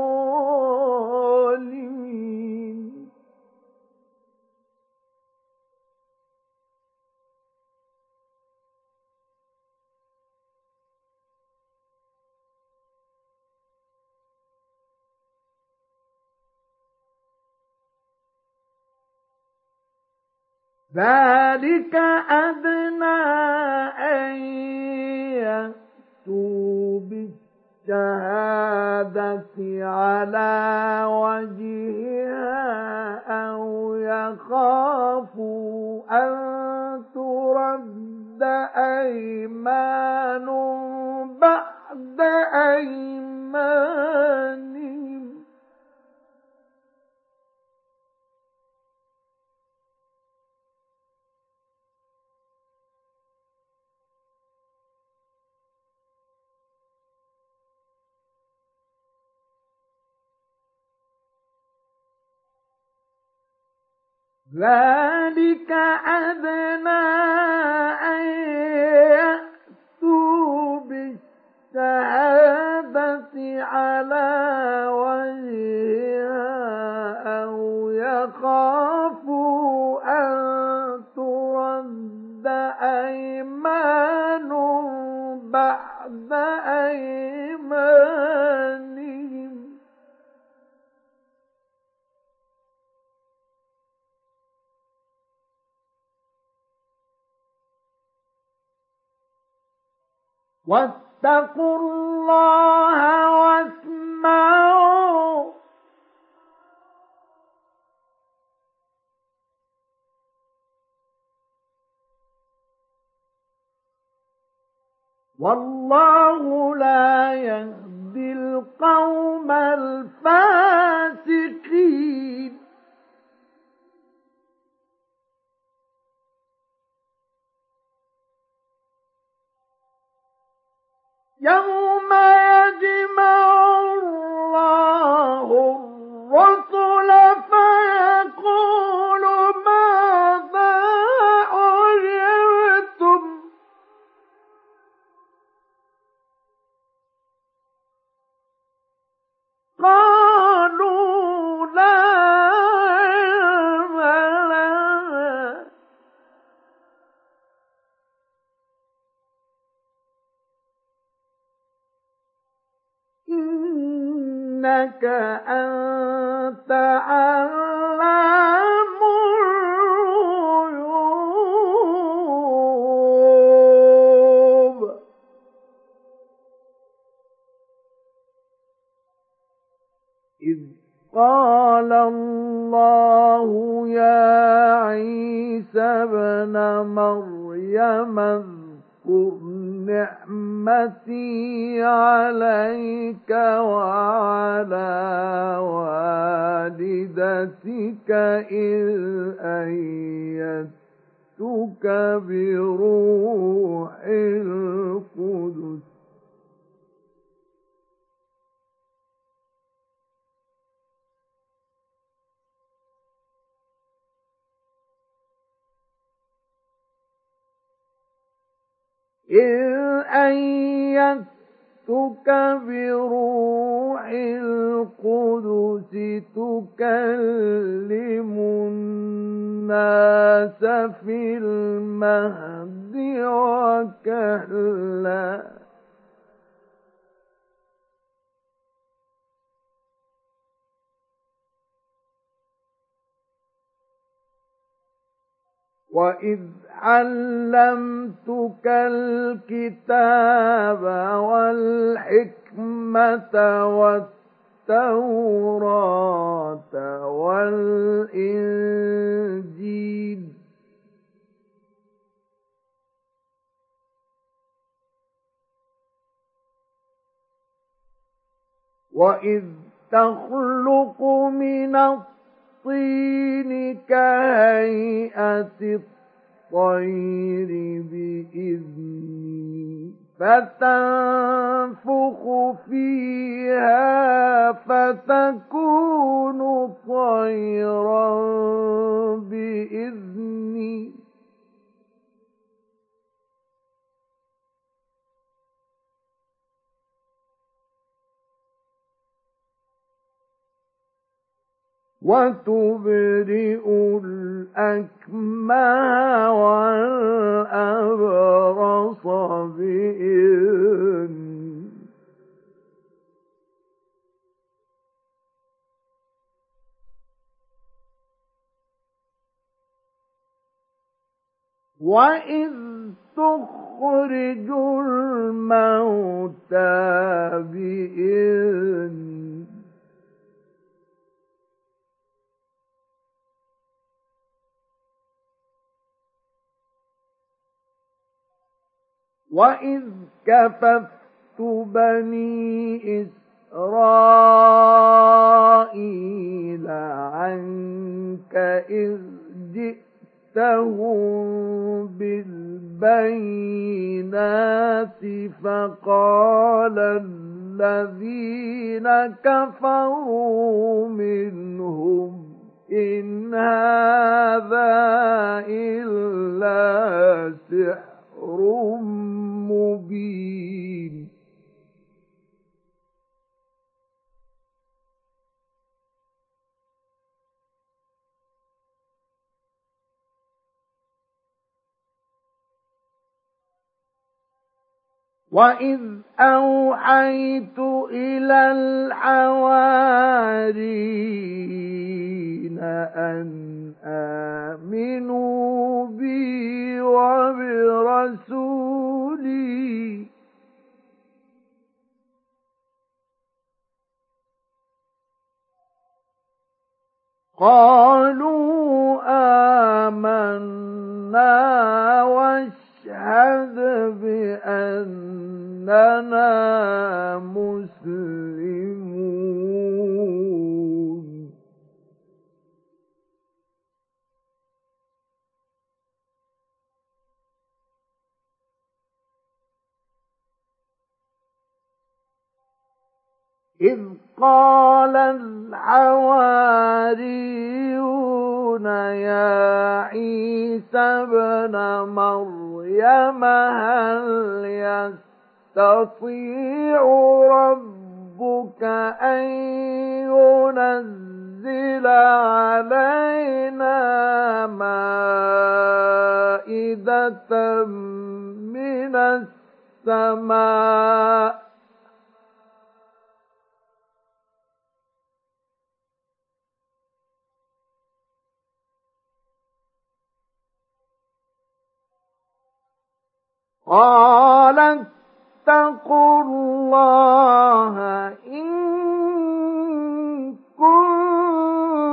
الظالمين ذلك أدنى أن يأتوا بالشهادة على وجهها أو يخافوا أن ترد أيمان بعد أيمانهم ذلك أدنى أن يأتوا بالشهادة على وجهها أو يخافوا أن ترد أيمان بعد أيمانهم واتقوا الله واسمعوا والله لا يهدي القوم الفاسقين يوم يجمع الله الرسل فيقول ماذا أجبتم قالوا لا علم لنا إنك أنت علام الله يا عيسى ابن مريم اذكر نعمتي عليك وعلى والدتك إذ أيدتك بروح القدس بروح القدس تكلم الناس في المهد وكهلا وإذ علمتك الكتاب والحكمة والتوراة والإنجيل وإذ تخلق من الطين كهيئة الطير بإذني فتنفخ فيها فتكون طيرا بإذني وتبرئ الأكمه والأبرص بإذني وإذ تخرج الموتى بإذني وإذ كففت بني إسرائيل عنك إذ جئتهم بالبينات فقال الذين كفروا منهم إن هذا إلا سحر مبين وإذ أوحيت إلى الحواريين أن آمنوا بي وبرسولي قالوا آمنا واشهد بأننا مسلمون إذ قال الحواريون يا عيسى ابن مريم هل يستطيع ربك أن ينزل علينا مائدة من السماء قال اتقوا الله إن كنتم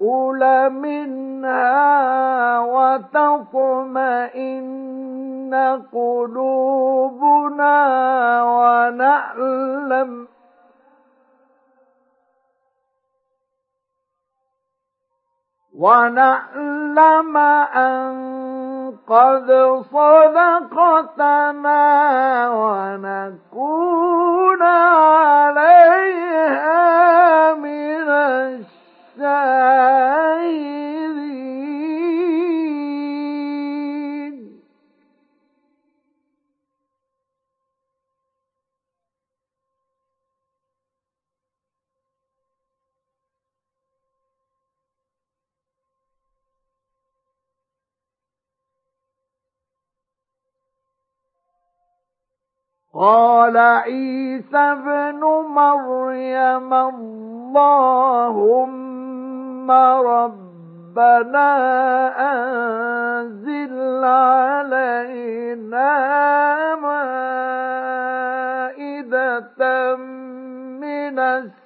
نأكل منها وتطمئن قلوبنا ونعلم أن قد صدقتنا ونكون عليها من الشاهدين. قال عيسى ابن مريم اللهم ربنا أنزل علينا مائدة من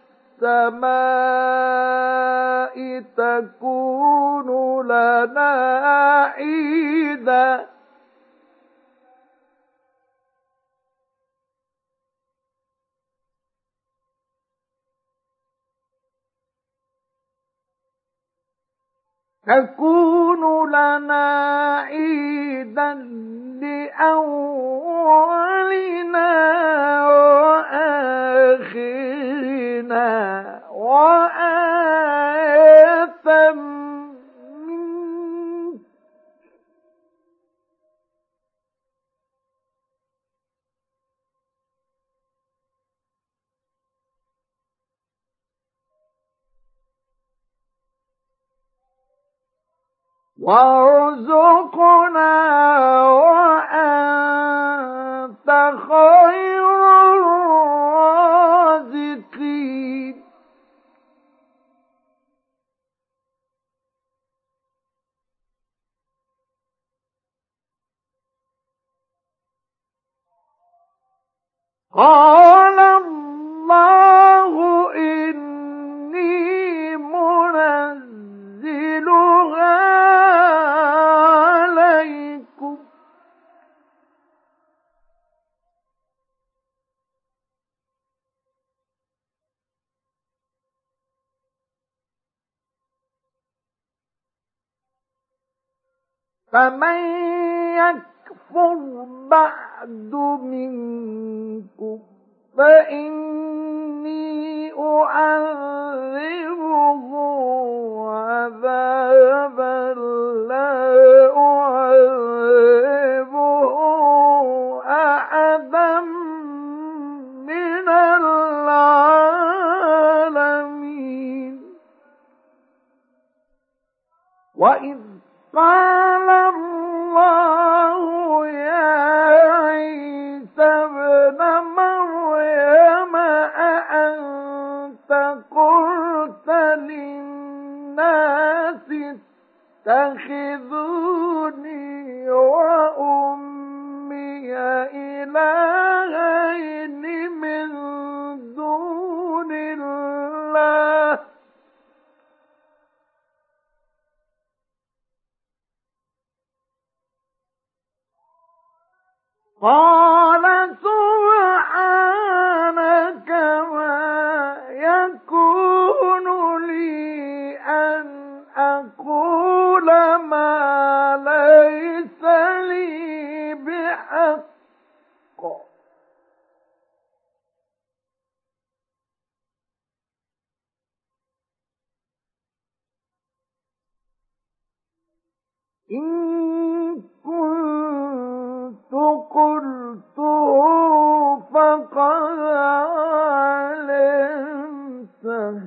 السماء تكون لنا عيدا لأولنا وآخرنا وآية منك وارزقنا وأنت خير الرازقين. قال الله إني منزلها عليكم فمن يكفر بعد منكم فإني أعذبه عذابا لا أعذبه أحدا من العالمين. وإذ قال الله يا عيسى ابن مريم أأنت قلت للناس اتخذوني وأمي إلهين من دون الله قال سبحانك ما يكون لي أن أقول ما ليس لي بحق إن كنت قلته فقد علمته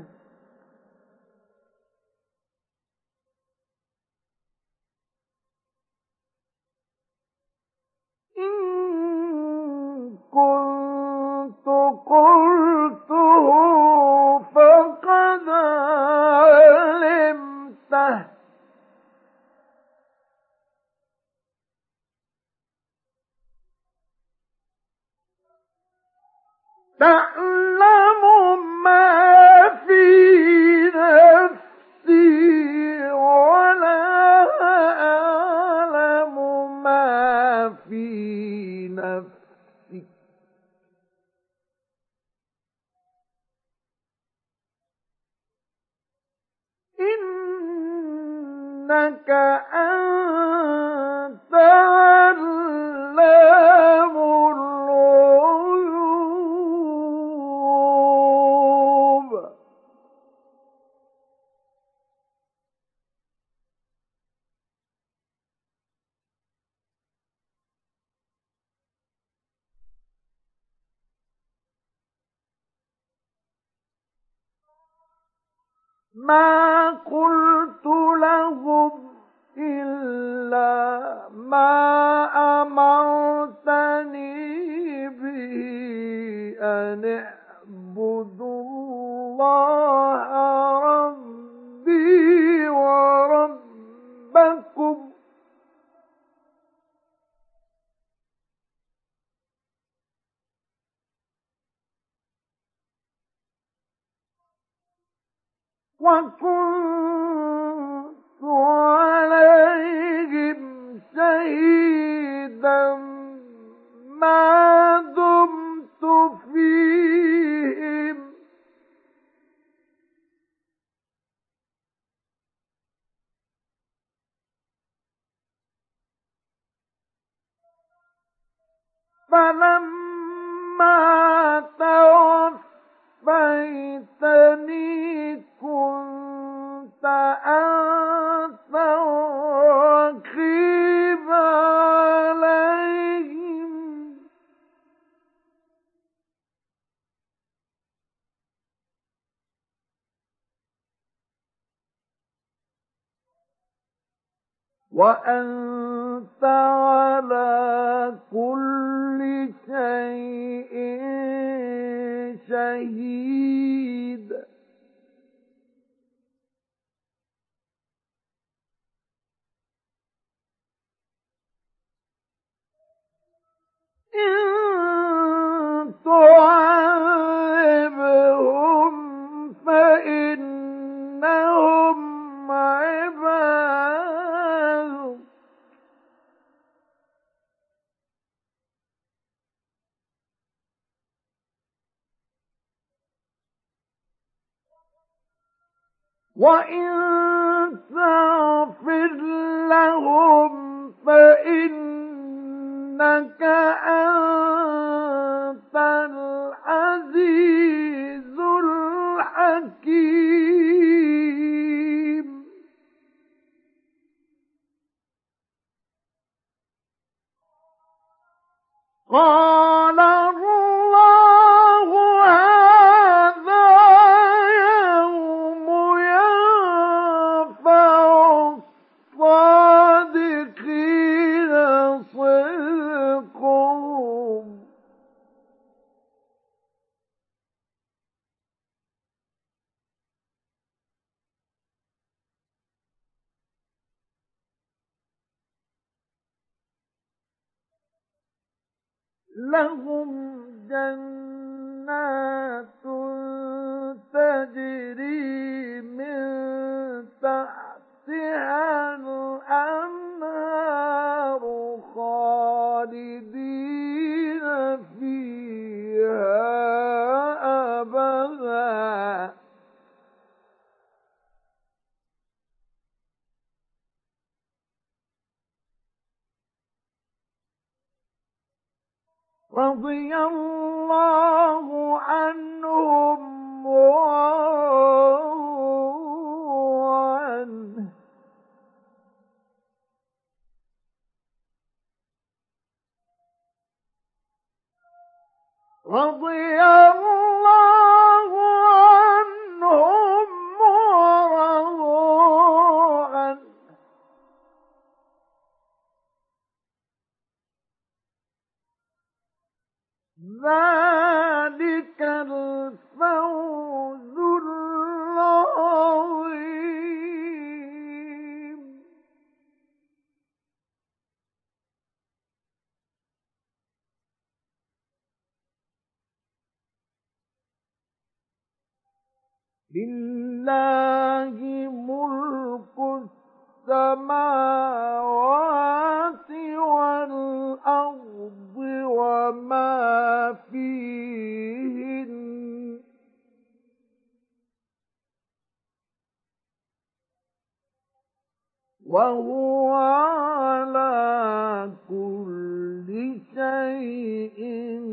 إن كنت قلته فقد علمته تعلم ما في نفسي إنك أنت علام الغيوب. ما قلت لهم إلا ما أمرتني به أن اعبدوا الله ربي وربكم وكنت عليهم شهيدا ما دمت فيهم فلما توفيتني كنت أنت الرقيب عليهم وأنت على كل شيء شهيد. إن تعذبهم فإنهم عباد وإن تغفر لهم فإنك أنت العزيز الحكيم. قال الله هذا يوم ينفع الصادقين صدقهم لهم جنات تجري من تحتها الأنهار خالدين فيها أبدا رضي الله عنهم ورضوا عنه رضي الله عنهم ورضوا عنه ذلك الفوز العظيم. لله ملك السماوات والأرض وما فيهن وهو على كل شيء